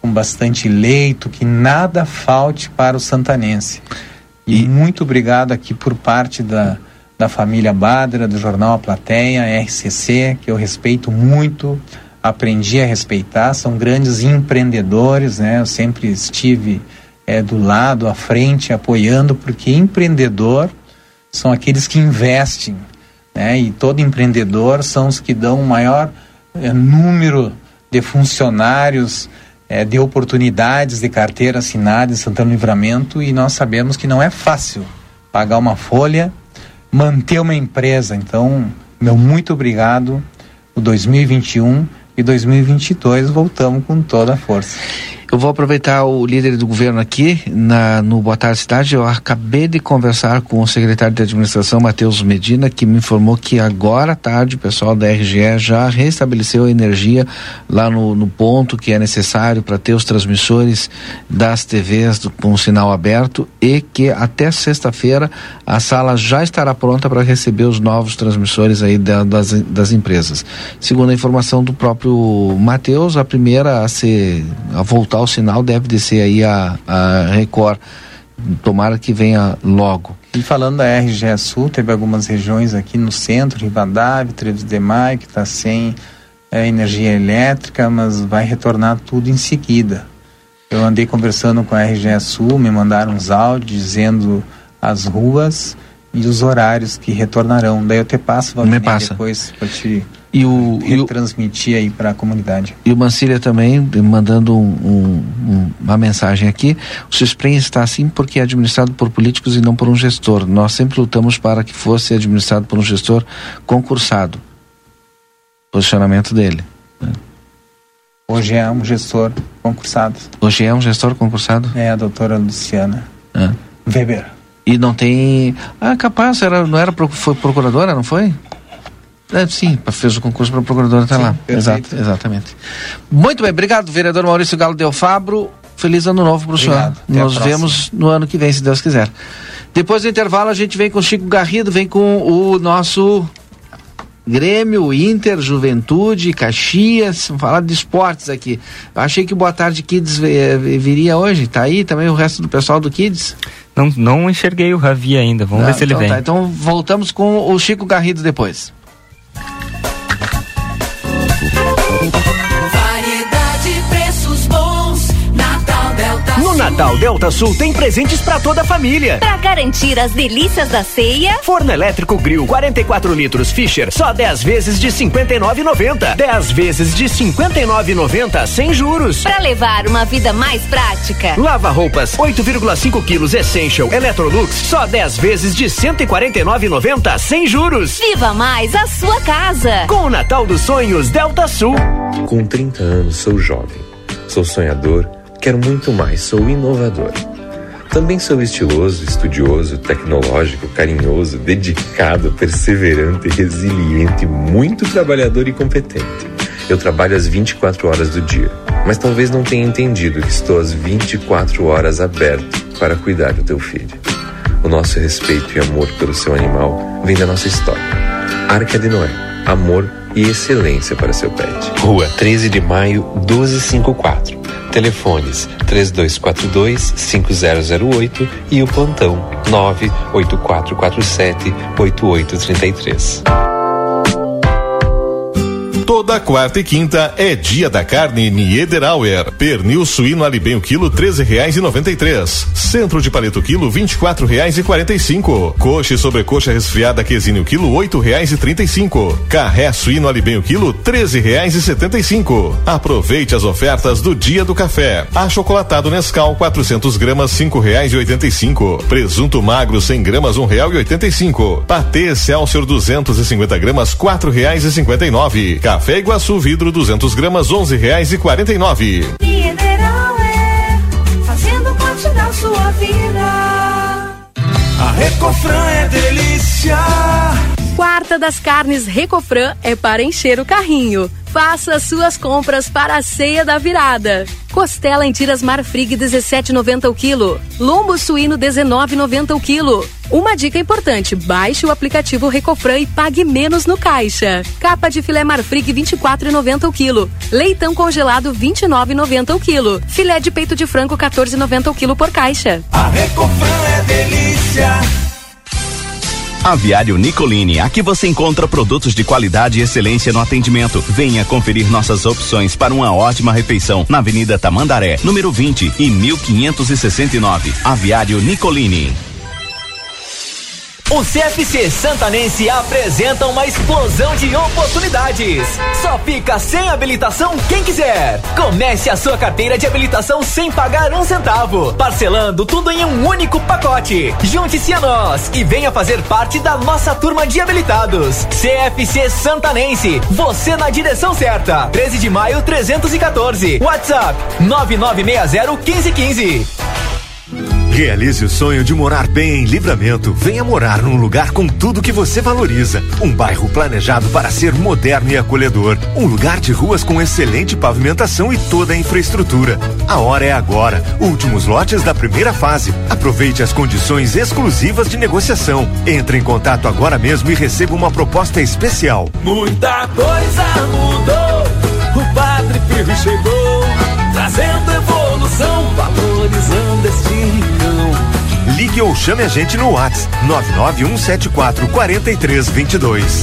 com bastante leito, que nada falte para o santanense. E, e muito obrigado aqui por parte da, da família Badra, do Jornal A Plateia, R C C, que eu respeito muito, aprendi a respeitar, são grandes empreendedores, né? Eu sempre estive é, do lado, à frente, apoiando, porque empreendedor são aqueles que investem, né? E todo empreendedor são os que dão o maior é, número de funcionários, é, de oportunidades de carteira assinada em Santana do Livramento, e nós sabemos que não é fácil pagar uma folha, manter uma empresa. Então, meu muito obrigado. O dois mil e vinte e um e dois mil e vinte e dois voltamos com toda a força. Eu vou aproveitar o líder do governo aqui na, no Boa Tarde Cidade. Eu acabei de conversar com o secretário de administração, Matheus Medina, que me informou que agora à tarde o pessoal da R G E já restabeleceu a energia lá no, no ponto que é necessário para ter os transmissores das T Vs do, com o sinal aberto, e que até sexta-feira a sala já estará pronta para receber os novos transmissores aí da, das, das empresas. Segundo a informação do próprio Matheus, a primeira a ser a voltar o sinal deve descer aí a, a Record. Tomara que venha logo. E falando da R G E Sul, teve algumas regiões aqui no centro, Rivadavia, treze de maio, que está sem é, energia elétrica, mas vai retornar tudo em seguida. Eu andei conversando com a R G E Sul, me mandaram uns áudios dizendo as ruas e os horários que retornarão. Daí eu te passo, Valdinei, depois para te e o, retransmitir e o, aí para a comunidade. E o Mancília também mandando um, um, um, uma mensagem aqui. O Cisprem está assim porque é administrado por políticos e não por um gestor. Nós sempre lutamos para que fosse administrado por um gestor concursado. Posicionamento dele. Né? Hoje é um gestor concursado. Hoje é um gestor concursado? É, a doutora Luciana é. Weber. E não tem... Ah, capaz, era, não era, foi procuradora, não foi? É, sim, fez o concurso para procuradora, tá sim, lá. Exato, exatamente. Muito bem, obrigado, vereador Maurício Galo Del Fabro. Feliz ano novo para o senhor. Nos vemos no ano que vem, se Deus quiser. Depois do intervalo, a gente vem com o Chico Garrido, vem com o nosso Grêmio, Inter, Juventude, Caxias. Vamos falar de esportes aqui. Eu achei que o Boa Tarde Kids viria hoje. Tá aí também o resto do pessoal do Kids? Não, não enxerguei o Ravi ainda. Vamos não, ver se então ele vem. Tá, então voltamos com o Chico Garrido depois. Variedade, preços bons, Natal Delta Sul. No Natal Delta Sul tem presentes pra toda a família. Pra garantir as delícias da ceia, forno elétrico Grill quarenta e quatro litros Fischer, só dez vezes de cinquenta e nove reais e noventa centavos. dez vezes de cinquenta e nove reais e noventa centavos sem juros. pra levar uma vida mais prática. Lava roupas oito vírgula cinco quilos Essential Electrolux, só dez vezes de cento e quarenta e nove reais e noventa centavos sem juros. Viva mais a sua casa. Com o Natal dos Sonhos Delta Sul. Com trinta anos sou jovem, sou sonhador, quero muito mais, sou inovador. Também sou estiloso, estudioso, tecnológico, carinhoso, dedicado, perseverante, resiliente, muito trabalhador e competente. Eu trabalho às vinte e quatro horas do dia, mas talvez não tenha entendido que estou às vinte e quatro horas aberto para cuidar do teu filho. O nosso respeito e amor pelo seu animal vem da nossa história. Arca de Noé, amor e excelência para seu pet. Rua treze de maio, doze cinquenta e quatro. Telefones três dois quatro dois, cinco zero zero oito e o plantão nove oito quatro quatro sete, oito oito três três. Toda quarta e quinta é dia da carne Niederauer. Pernil suíno alibem o quilo treze reais e noventa e três. Centro de paleta o quilo vinte e quatro reais e quarenta e cinco. Coxa e sobrecoxa resfriada quesine o quilo oito reais e trinta e cinco. Carré suíno alibem o quilo treze reais e setenta e cinco. Aproveite as ofertas do dia do café. Achocolatado Nescau quatrocentos gramas cinco reais e oitenta e cinco. Presunto magro cem gramas um real e oitenta e cinco. Patê Excelsior duzentos e cinquenta gramas quatro reais e cinquenta e nove. Café Iguaçu vidro duzentos gramas onze reais e quarenta e nove. Mineral é fazendo parte da sua vida. A Recofran é delícia. Quarta oferta das carnes Recofran é para encher o carrinho. Faça suas compras para a ceia da virada. Costela em tiras Marfrig dezessete e noventa o quilo. Lombo suíno dezenove e noventa o quilo. Uma dica importante, baixe o aplicativo Recofran e pague menos no caixa. Capa de filé Marfrig vinte e quatro e noventa o quilo. Leitão congelado vinte e nove e noventa o quilo. Filé de peito de frango quatorze e noventa o quilo por caixa. A Recofran é delícia. Aviário Nicolini, aqui você encontra produtos de qualidade e excelência no atendimento. Venha conferir nossas opções para uma ótima refeição na Avenida Tamandaré, número vinte e mil quinhentos e sessenta e nove. Aviário Nicolini. O C F C Santanense apresenta uma explosão de oportunidades. Só fica sem habilitação quem quiser. Comece a sua carteira de habilitação sem pagar um centavo, parcelando tudo em um único pacote. Junte-se a nós e venha fazer parte da nossa turma de habilitados. C F C Santanense, você na direção certa. treze de maio trezentos e quatorze. WhatsApp nove nove seis zero um cinco um cinco. Realize o sonho de morar bem em Livramento. Venha morar num lugar com tudo que você valoriza. Um bairro planejado para ser moderno e acolhedor. Um lugar de ruas com excelente pavimentação e toda a infraestrutura. A hora é agora. Últimos lotes da primeira fase. Aproveite as condições exclusivas de negociação. Entre em contato agora mesmo e receba uma proposta especial. Muita coisa mudou. O Padre Pirro chegou, trazendo evolução, valorizando este rincão. Ligue ou chame a gente no WhatsApp nove nove um sete quatro quatro três dois dois.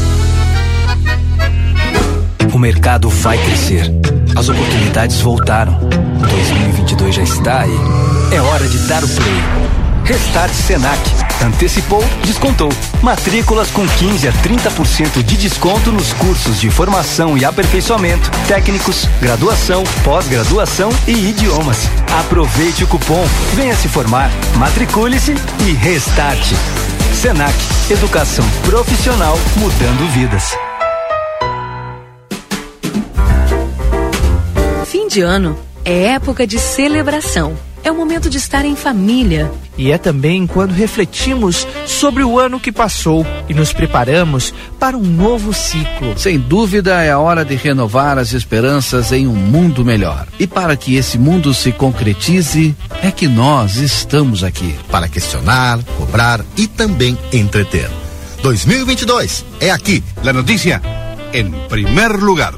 O mercado vai crescer. As oportunidades voltaram. dois mil e vinte e dois já está aí. É hora de dar o play. Restart Senac. Antecipou, descontou. Matrículas com quinze a trinta por cento de desconto nos cursos de formação e aperfeiçoamento, técnicos, graduação, pós-graduação e idiomas. Aproveite o cupom, venha se formar, matricule-se e restarte. Senac, educação profissional mudando vidas. Fim de ano é época de celebração. É o momento de estar em família. E é também quando refletimos sobre o ano que passou e nos preparamos para um novo ciclo. Sem dúvida, é a hora de renovar as esperanças em um mundo melhor. E para que esse mundo se concretize, é que nós estamos aqui. Para questionar, cobrar e também entreter. dois mil e vinte e dois é aqui. La notícia em primeiro lugar.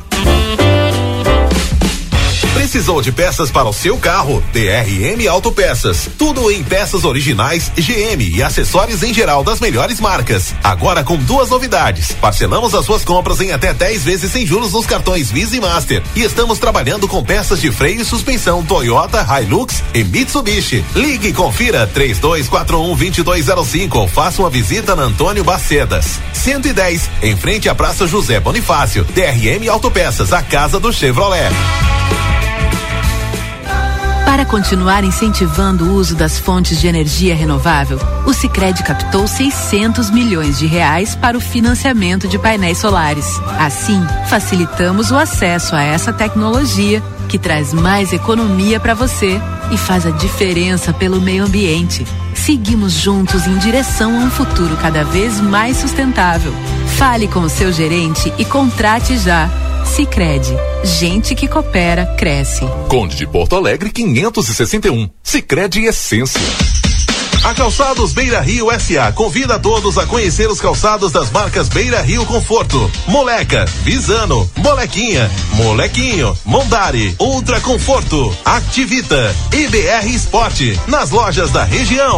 Precisou de peças para o seu carro? D R M Autopeças. Tudo em peças originais G M e acessórios em geral das melhores marcas. Agora com duas novidades. Parcelamos as suas compras em até dez vezes sem juros nos cartões Visa e Master. E estamos trabalhando com peças de freio e suspensão Toyota, Hilux e Mitsubishi. Ligue e confira três dois quatro um, dois dois zero cinco ou faça uma visita na Antônio Bacedas. cento e dez, em frente à Praça José Bonifácio. D R M Autopeças, a casa do Chevrolet. Para continuar incentivando o uso das fontes de energia renovável, o Sicredi captou seiscentos milhões de reais para o financiamento de painéis solares. Assim, facilitamos o acesso a essa tecnologia que traz mais economia para você e faz a diferença pelo meio ambiente. Seguimos juntos em direção a um futuro cada vez mais sustentável. Fale com o seu gerente e contrate já. Sicredi, gente que coopera, cresce. Conde de Porto Alegre quinhentos e sessenta e um. Sicredi Essência. A Calçados Beira Rio S A convida todos a conhecer os calçados das marcas Beira Rio Conforto, Moleca, Visano, Molequinha, Molequinho, Mondari, Ultra Conforto, Activita e B R Esporte, nas lojas da região.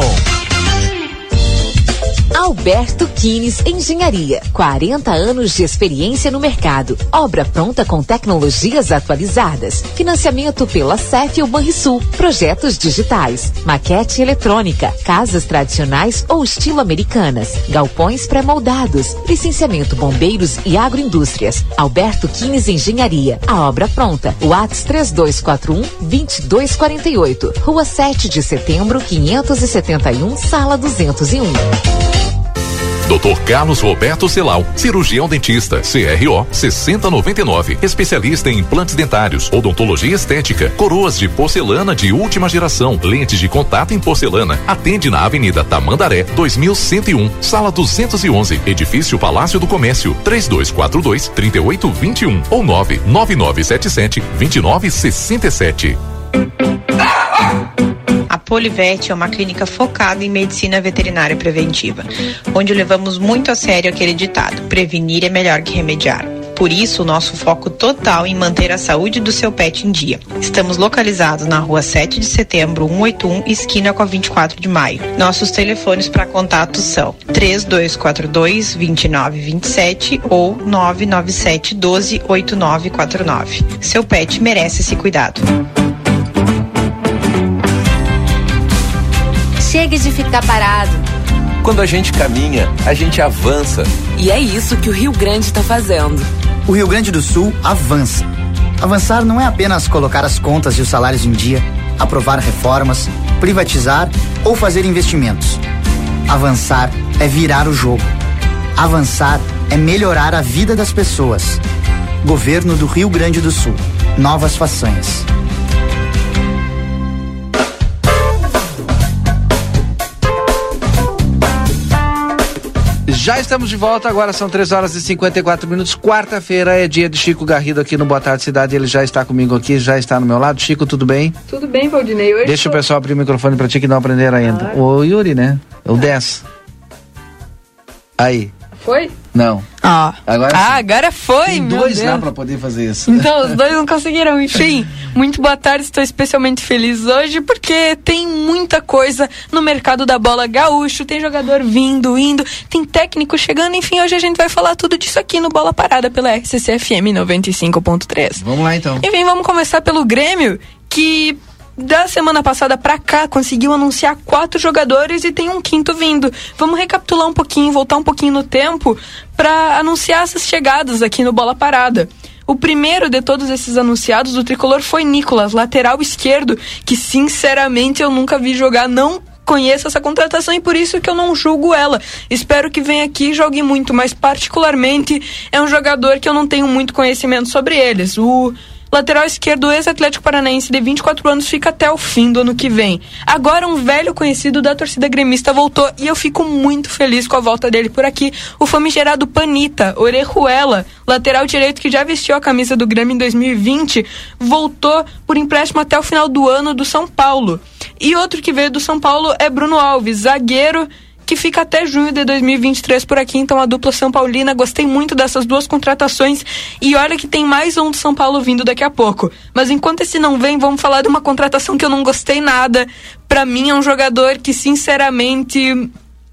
Alberto Quines Engenharia, quarenta anos de experiência no mercado, obra pronta com tecnologias atualizadas, financiamento pela S E F ou Banrisul, projetos digitais, maquete eletrônica, casas tradicionais ou estilo americanas, galpões pré-moldados, licenciamento bombeiros e agroindústrias. Alberto Quines Engenharia, a obra pronta. WhatsApp três dois quatro um, dois dois quatro oito, Rua sete de Setembro, quinhentos e setenta e um, Sala duzentos e um. doutor Carlos Roberto Celal, cirurgião dentista, C R O sessenta noventa e nove, especialista em implantes dentários, odontologia estética, coroas de porcelana de última geração, lentes de contato em porcelana. Atende na Avenida Tamandaré, dois mil cento e um, sala duzentos e onze, edifício Palácio do Comércio, três dois quatro dois, três oito dois um ou nove nove nove sete sete, dois nove seis sete. A Polivet é uma clínica focada em medicina veterinária preventiva, onde levamos muito a sério aquele ditado: prevenir é melhor que remediar. Por isso, o nosso foco total em manter a saúde do seu pet em dia. Estamos localizados na rua sete de setembro, cento e oitenta e um, esquina com a vinte e quatro de maio. Nossos telefones para contato são três dois quatro dois, dois nove dois sete ou nove nove sete, um dois, oito nove quatro nove. Seu pet merece esse cuidado. Chega de ficar parado. Quando a gente caminha, a gente avança. E é isso que o Rio Grande está fazendo. O Rio Grande do Sul avança. Avançar não é apenas colocar as contas e os salários em dia, aprovar reformas, privatizar ou fazer investimentos. Avançar é virar o jogo. Avançar é melhorar a vida das pessoas. Governo do Rio Grande do Sul. Novas façanhas. Já estamos de volta, agora são três horas e cinquenta e quatro minutos. Quarta-feira é dia de Chico Garrido aqui no Boa Tarde Cidade. Ele já está comigo aqui, já está no meu lado. Chico, tudo bem? Tudo bem, Valdinei. Hoje Deixa tô... o pessoal abrir o microfone para ti que não aprenderam ainda. Ah. O Yuri, né? O dez. Aí. Foi? Não. Ah, agora, ah, agora foi, tem meu dois Deus. lá pra poder fazer isso. Então, os dois não conseguiram. Enfim, muito boa tarde, estou especialmente feliz hoje porque tem muita coisa no mercado da bola gaúcho, tem jogador vindo, indo, tem técnico chegando, enfim, hoje a gente vai falar tudo disso aqui no Bola Parada pela R C C F M noventa e cinco ponto três. Vamos lá então. Enfim, vamos começar pelo Grêmio, que da semana passada pra cá conseguiu anunciar quatro jogadores e tem um quinto vindo. Vamos recapitular um pouquinho, voltar um pouquinho no tempo pra anunciar essas chegadas aqui no Bola Parada. O primeiro de todos esses anunciados do tricolor foi Nicolas, lateral esquerdo, que sinceramente eu nunca vi jogar, não conheço essa contratação e por isso que eu não julgo ela. Espero que venha aqui e jogue muito, mas particularmente é um jogador que eu não tenho muito conhecimento sobre eles. O lateral esquerdo, ex-Atlético Paranaense de vinte e quatro anos, fica até o fim do ano que vem. Agora um velho conhecido da torcida gremista voltou e eu fico muito feliz com a volta dele por aqui. O famigerado Panita, Orejuela, lateral direito que já vestiu a camisa do Grêmio em dois mil e vinte, voltou por empréstimo até o final do ano do São Paulo. E outro que veio do São Paulo é Bruno Alves, zagueiro, que fica até junho de dois mil e vinte e três por aqui, então a dupla São Paulina. Gostei muito dessas duas contratações e olha que tem mais um do São Paulo vindo daqui a pouco. Mas enquanto esse não vem, vamos falar de uma contratação que eu não gostei nada. Pra mim é um jogador que sinceramente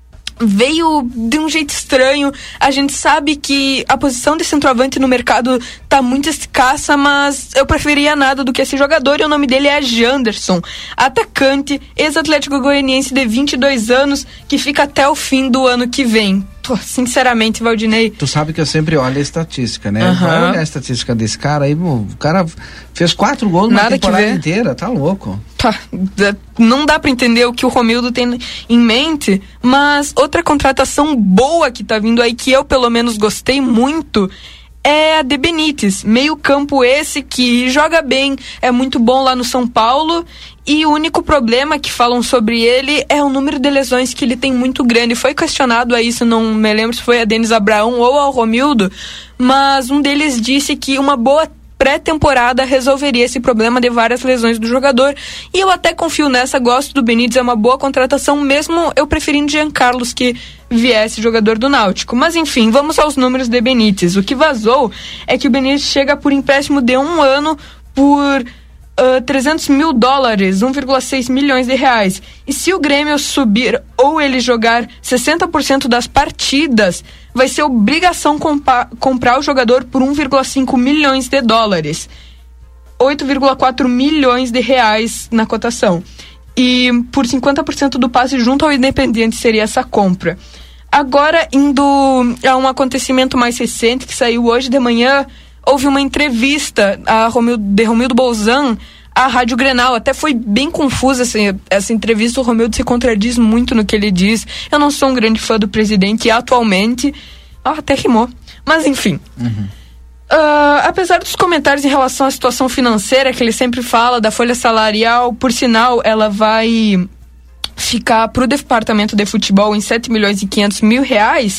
veio de um jeito estranho. A gente sabe que a posição de centroavante no mercado tá muito escassa, mas eu preferia nada do que esse jogador, e o nome dele é Janderson, atacante, ex-Atlético Goianiense de vinte e dois anos, que fica até o fim do ano que vem. Pô, sinceramente, Valdinei, tu sabe que eu sempre olho a estatística, né? Uhum. Vai olhar a estatística desse cara aí, o cara fez quatro gols na temporada inteira, tá louco. Tá, não dá pra entender o que o Romildo tem em mente, mas outra contratação boa que tá vindo aí, que eu pelo menos gostei muito, é a de Benítez, meio campo esse que joga bem, é muito bom lá no São Paulo, e o único problema que falam sobre ele é o número de lesões que ele tem muito grande. Foi questionado a isso, não me lembro se foi a Denis Abraão ou ao Romildo, mas um deles disse que uma boa pré-temporada resolveria esse problema de várias lesões do jogador, e eu até confio nessa, gosto do Benítez, é uma boa contratação, mesmo eu preferindo Jean Carlos que viesse jogador do Náutico. Mas enfim, vamos aos números de Benítez. O que vazou é que o Benítez chega por empréstimo de um ano por Uh, trezentos mil dólares, um vírgula seis milhões de reais. E se o Grêmio subir ou ele jogar sessenta por cento das partidas, vai ser obrigação compa- comprar o jogador por um vírgula cinco milhões de dólares, oito vírgula quatro milhões de reais na cotação. E por cinquenta por cento do passe junto ao Independiente seria essa compra. Agora, indo a um acontecimento mais recente que saiu hoje de manhã, houve uma entrevista a Romildo, de Romildo Bolzan à Rádio Grenal. Até foi bem confusa essa, essa entrevista. O Romildo se contradiz muito no que ele diz. Eu não sou um grande fã do presidente atualmente. Ah, até rimou. Mas enfim. Uhum. Uh, apesar dos comentários em relação à situação financeira que ele sempre fala, da folha salarial, por sinal, ela vai ficar para o departamento de futebol em sete milhões e quinhentos mil reais.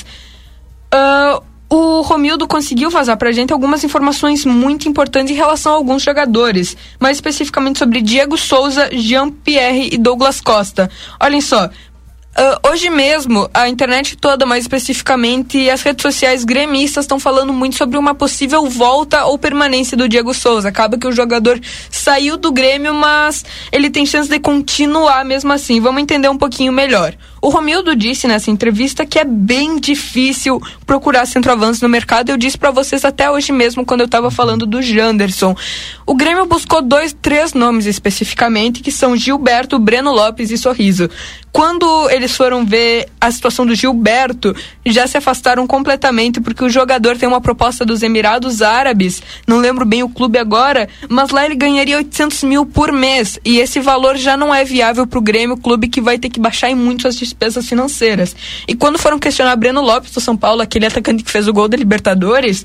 Uh, o Romildo conseguiu vazar pra gente algumas informações muito importantes em relação a alguns jogadores, mais especificamente sobre Diego Souza, Jean-Pierre e Douglas Costa. Olhem só, Uh, hoje mesmo, a internet toda, mais especificamente as redes sociais gremistas, estão falando muito sobre uma possível volta ou permanência do Diego Souza. Acaba que o jogador saiu do Grêmio, mas ele tem chance de continuar mesmo assim. Vamos entender um pouquinho melhor. O Romildo disse nessa entrevista que é bem difícil procurar centroavantes no mercado. Eu disse pra vocês até hoje mesmo, quando eu tava falando do Janderson. O Grêmio buscou dois, três nomes especificamente, que são Gilberto, Breno Lopes e Sorriso. Quando eles foram ver a situação do Gilberto, já se afastaram completamente, porque o jogador tem uma proposta dos Emirados Árabes, não lembro bem o clube agora, mas lá ele ganharia oitocentos mil por mês, e esse valor já não é viável pro Grêmio, clube que vai ter que baixar em muito as despesas financeiras. E quando foram questionar Breno Lopes do São Paulo, aquele atacante que fez o gol da Libertadores,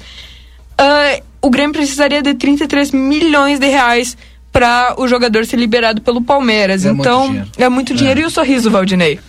uh, o Grêmio precisaria de trinta e três milhões de reais para o jogador ser liberado pelo Palmeiras. É então, muito é muito dinheiro. É. E o Sorriso, Valdinei?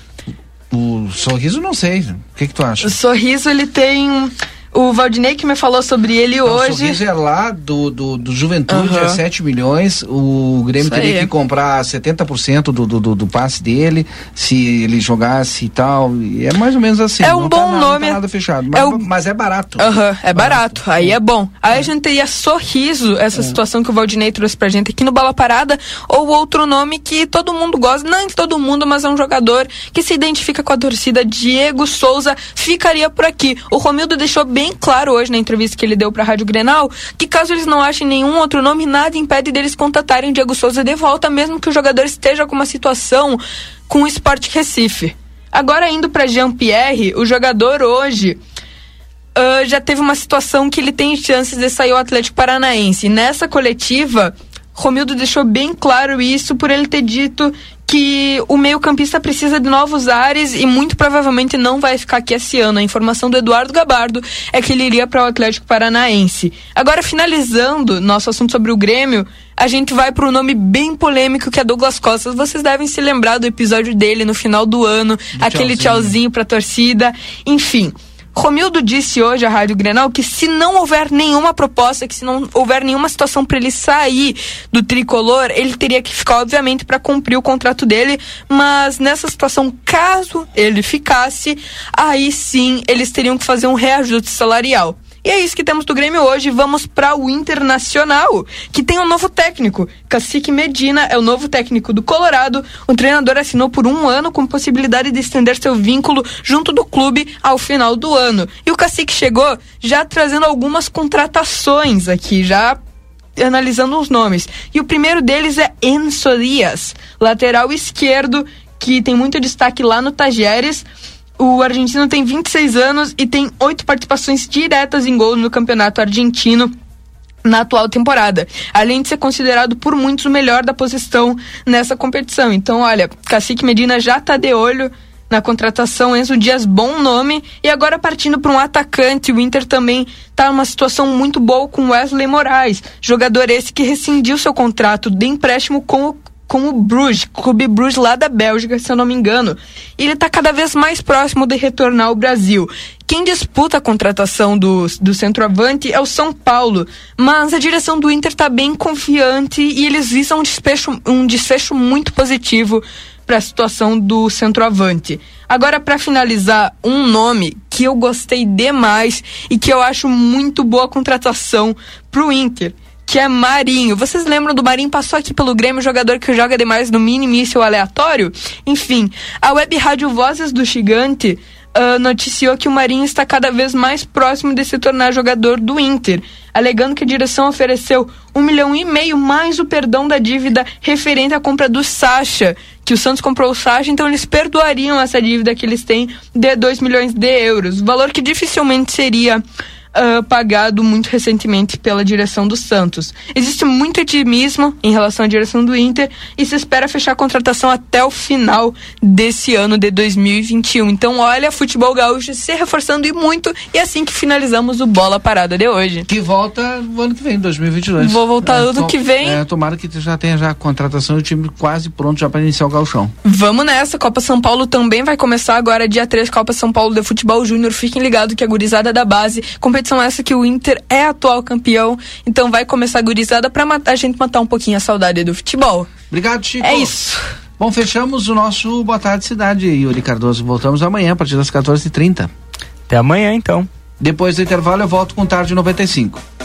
O Sorriso, não sei. O que que tu acha? O Sorriso, ele tem... O Valdinei que me falou sobre ele não, hoje. O Sorriso é lá do, do, do Juventude, uhum. É sete milhões. O Grêmio isso teria aí. que comprar setenta por cento do, do, do passe dele, se ele jogasse e tal. E é mais ou menos assim. É um não bom tá nada, nome. Não tá nada fechado. Mas é, o... mas é barato. Uhum, é barato. barato. Aí é bom. Aí é. a gente teria Sorriso, essa é. situação que o Valdinei trouxe pra gente aqui no Bola Parada, ou outro nome que todo mundo gosta, não todo mundo, mas é um jogador que se identifica com a torcida, Diego Souza, ficaria por aqui. O Romildo deixou bem claro hoje na entrevista que ele deu pra Rádio Grenal, que caso eles não achem nenhum outro nome, nada impede deles contatarem o Diego Souza de volta, mesmo que o jogador esteja com uma situação com o Sport Recife. Agora indo pra Jean-Pierre, o jogador hoje uh, já teve uma situação que ele tem chances de sair ao Atlético Paranaense. Nessa coletiva, Romildo deixou bem claro isso, por ele ter dito que o meio-campista precisa de novos ares e muito provavelmente não vai ficar aqui esse ano. A informação do Eduardo Gabardo é que ele iria para o Atlético Paranaense. Agora, finalizando nosso assunto sobre o Grêmio, a gente vai para um nome bem polêmico, que é Douglas Costa. Vocês devem se lembrar do episódio dele no final do ano, do aquele tchauzinho, tchauzinho para a torcida, enfim. Romildo disse hoje à Rádio Grenal que se não houver nenhuma proposta, que se não houver nenhuma situação para ele sair do tricolor, ele teria que ficar, obviamente, para cumprir o contrato dele, mas nessa situação, caso ele ficasse, aí sim eles teriam que fazer um reajuste salarial. E é isso que temos do Grêmio hoje. Vamos para o Internacional, que tem um novo técnico. Cacique Medina é o novo técnico do Colorado. O treinador assinou por um ano com possibilidade de estender seu vínculo junto do clube ao final do ano. E o Cacique chegou já trazendo algumas contratações aqui, já analisando os nomes. E o primeiro deles é Enzo Dias, lateral esquerdo, que tem muito destaque lá no Tajeres. O argentino tem vinte e seis anos e tem oito participações diretas em gols no campeonato argentino na atual temporada, além de ser considerado por muitos o melhor da posição nessa competição. Então, olha, Cacique Medina já tá de olho na contratação. Enzo Dias, bom nome. E agora, partindo para um atacante, o Inter também tá numa situação muito boa com Wesley Moraes, jogador esse que rescindiu seu contrato de empréstimo com o com o Bruges, Clube Bruges lá da Bélgica, se eu não me engano. E ele está cada vez mais próximo de retornar ao Brasil. Quem disputa a contratação do, do centroavante é o São Paulo, mas a direção do Inter está bem confiante e eles visam um desfecho, um desfecho muito positivo para a situação do centroavante. Agora, para finalizar, um nome que eu gostei demais e que eu acho muito boa contratação para o Inter, que é Marinho. Vocês lembram do Marinho? Passou aqui pelo Grêmio, jogador que joga demais no mini míssil aleatório? Enfim, a web rádio Vozes do Gigante uh, noticiou que o Marinho está cada vez mais próximo de se tornar jogador do Inter, alegando que a direção ofereceu um milhão e meio mais o perdão da dívida referente à compra do Sacha, que o Santos comprou o Sacha, então eles perdoariam essa dívida que eles têm de dois milhões de euros, valor que dificilmente seria uh, pagado muito recentemente pela direção do Santos. Existe muito otimismo em relação à direção do Inter e se espera fechar a contratação até o final desse ano de dois mil e vinte e um. Então, olha, futebol gaúcho se reforçando e muito, e é assim que finalizamos o Bola Parada de hoje. Que volta no ano que vem, dois mil e vinte e dois. Vou voltar é, ano to- que vem. É, tomara que já tenha já a contratação e o time quase pronto já para iniciar o gauchão. Vamos nessa, Copa São Paulo também vai começar agora dia três, Copa São Paulo de Futebol Júnior. Fiquem ligados que a gurizada da base, competição essa que o Inter é atual campeão, então vai começar a gurizada pra matar, a gente matar um pouquinho a saudade do futebol. Obrigado, Chico. É isso. Bom, fechamos o nosso Boa Tarde Cidade, Yuri Cardoso. Voltamos amanhã a partir das quatorze e trinta. Até amanhã, então. Depois do intervalo eu volto com Tarde noventa e cinco.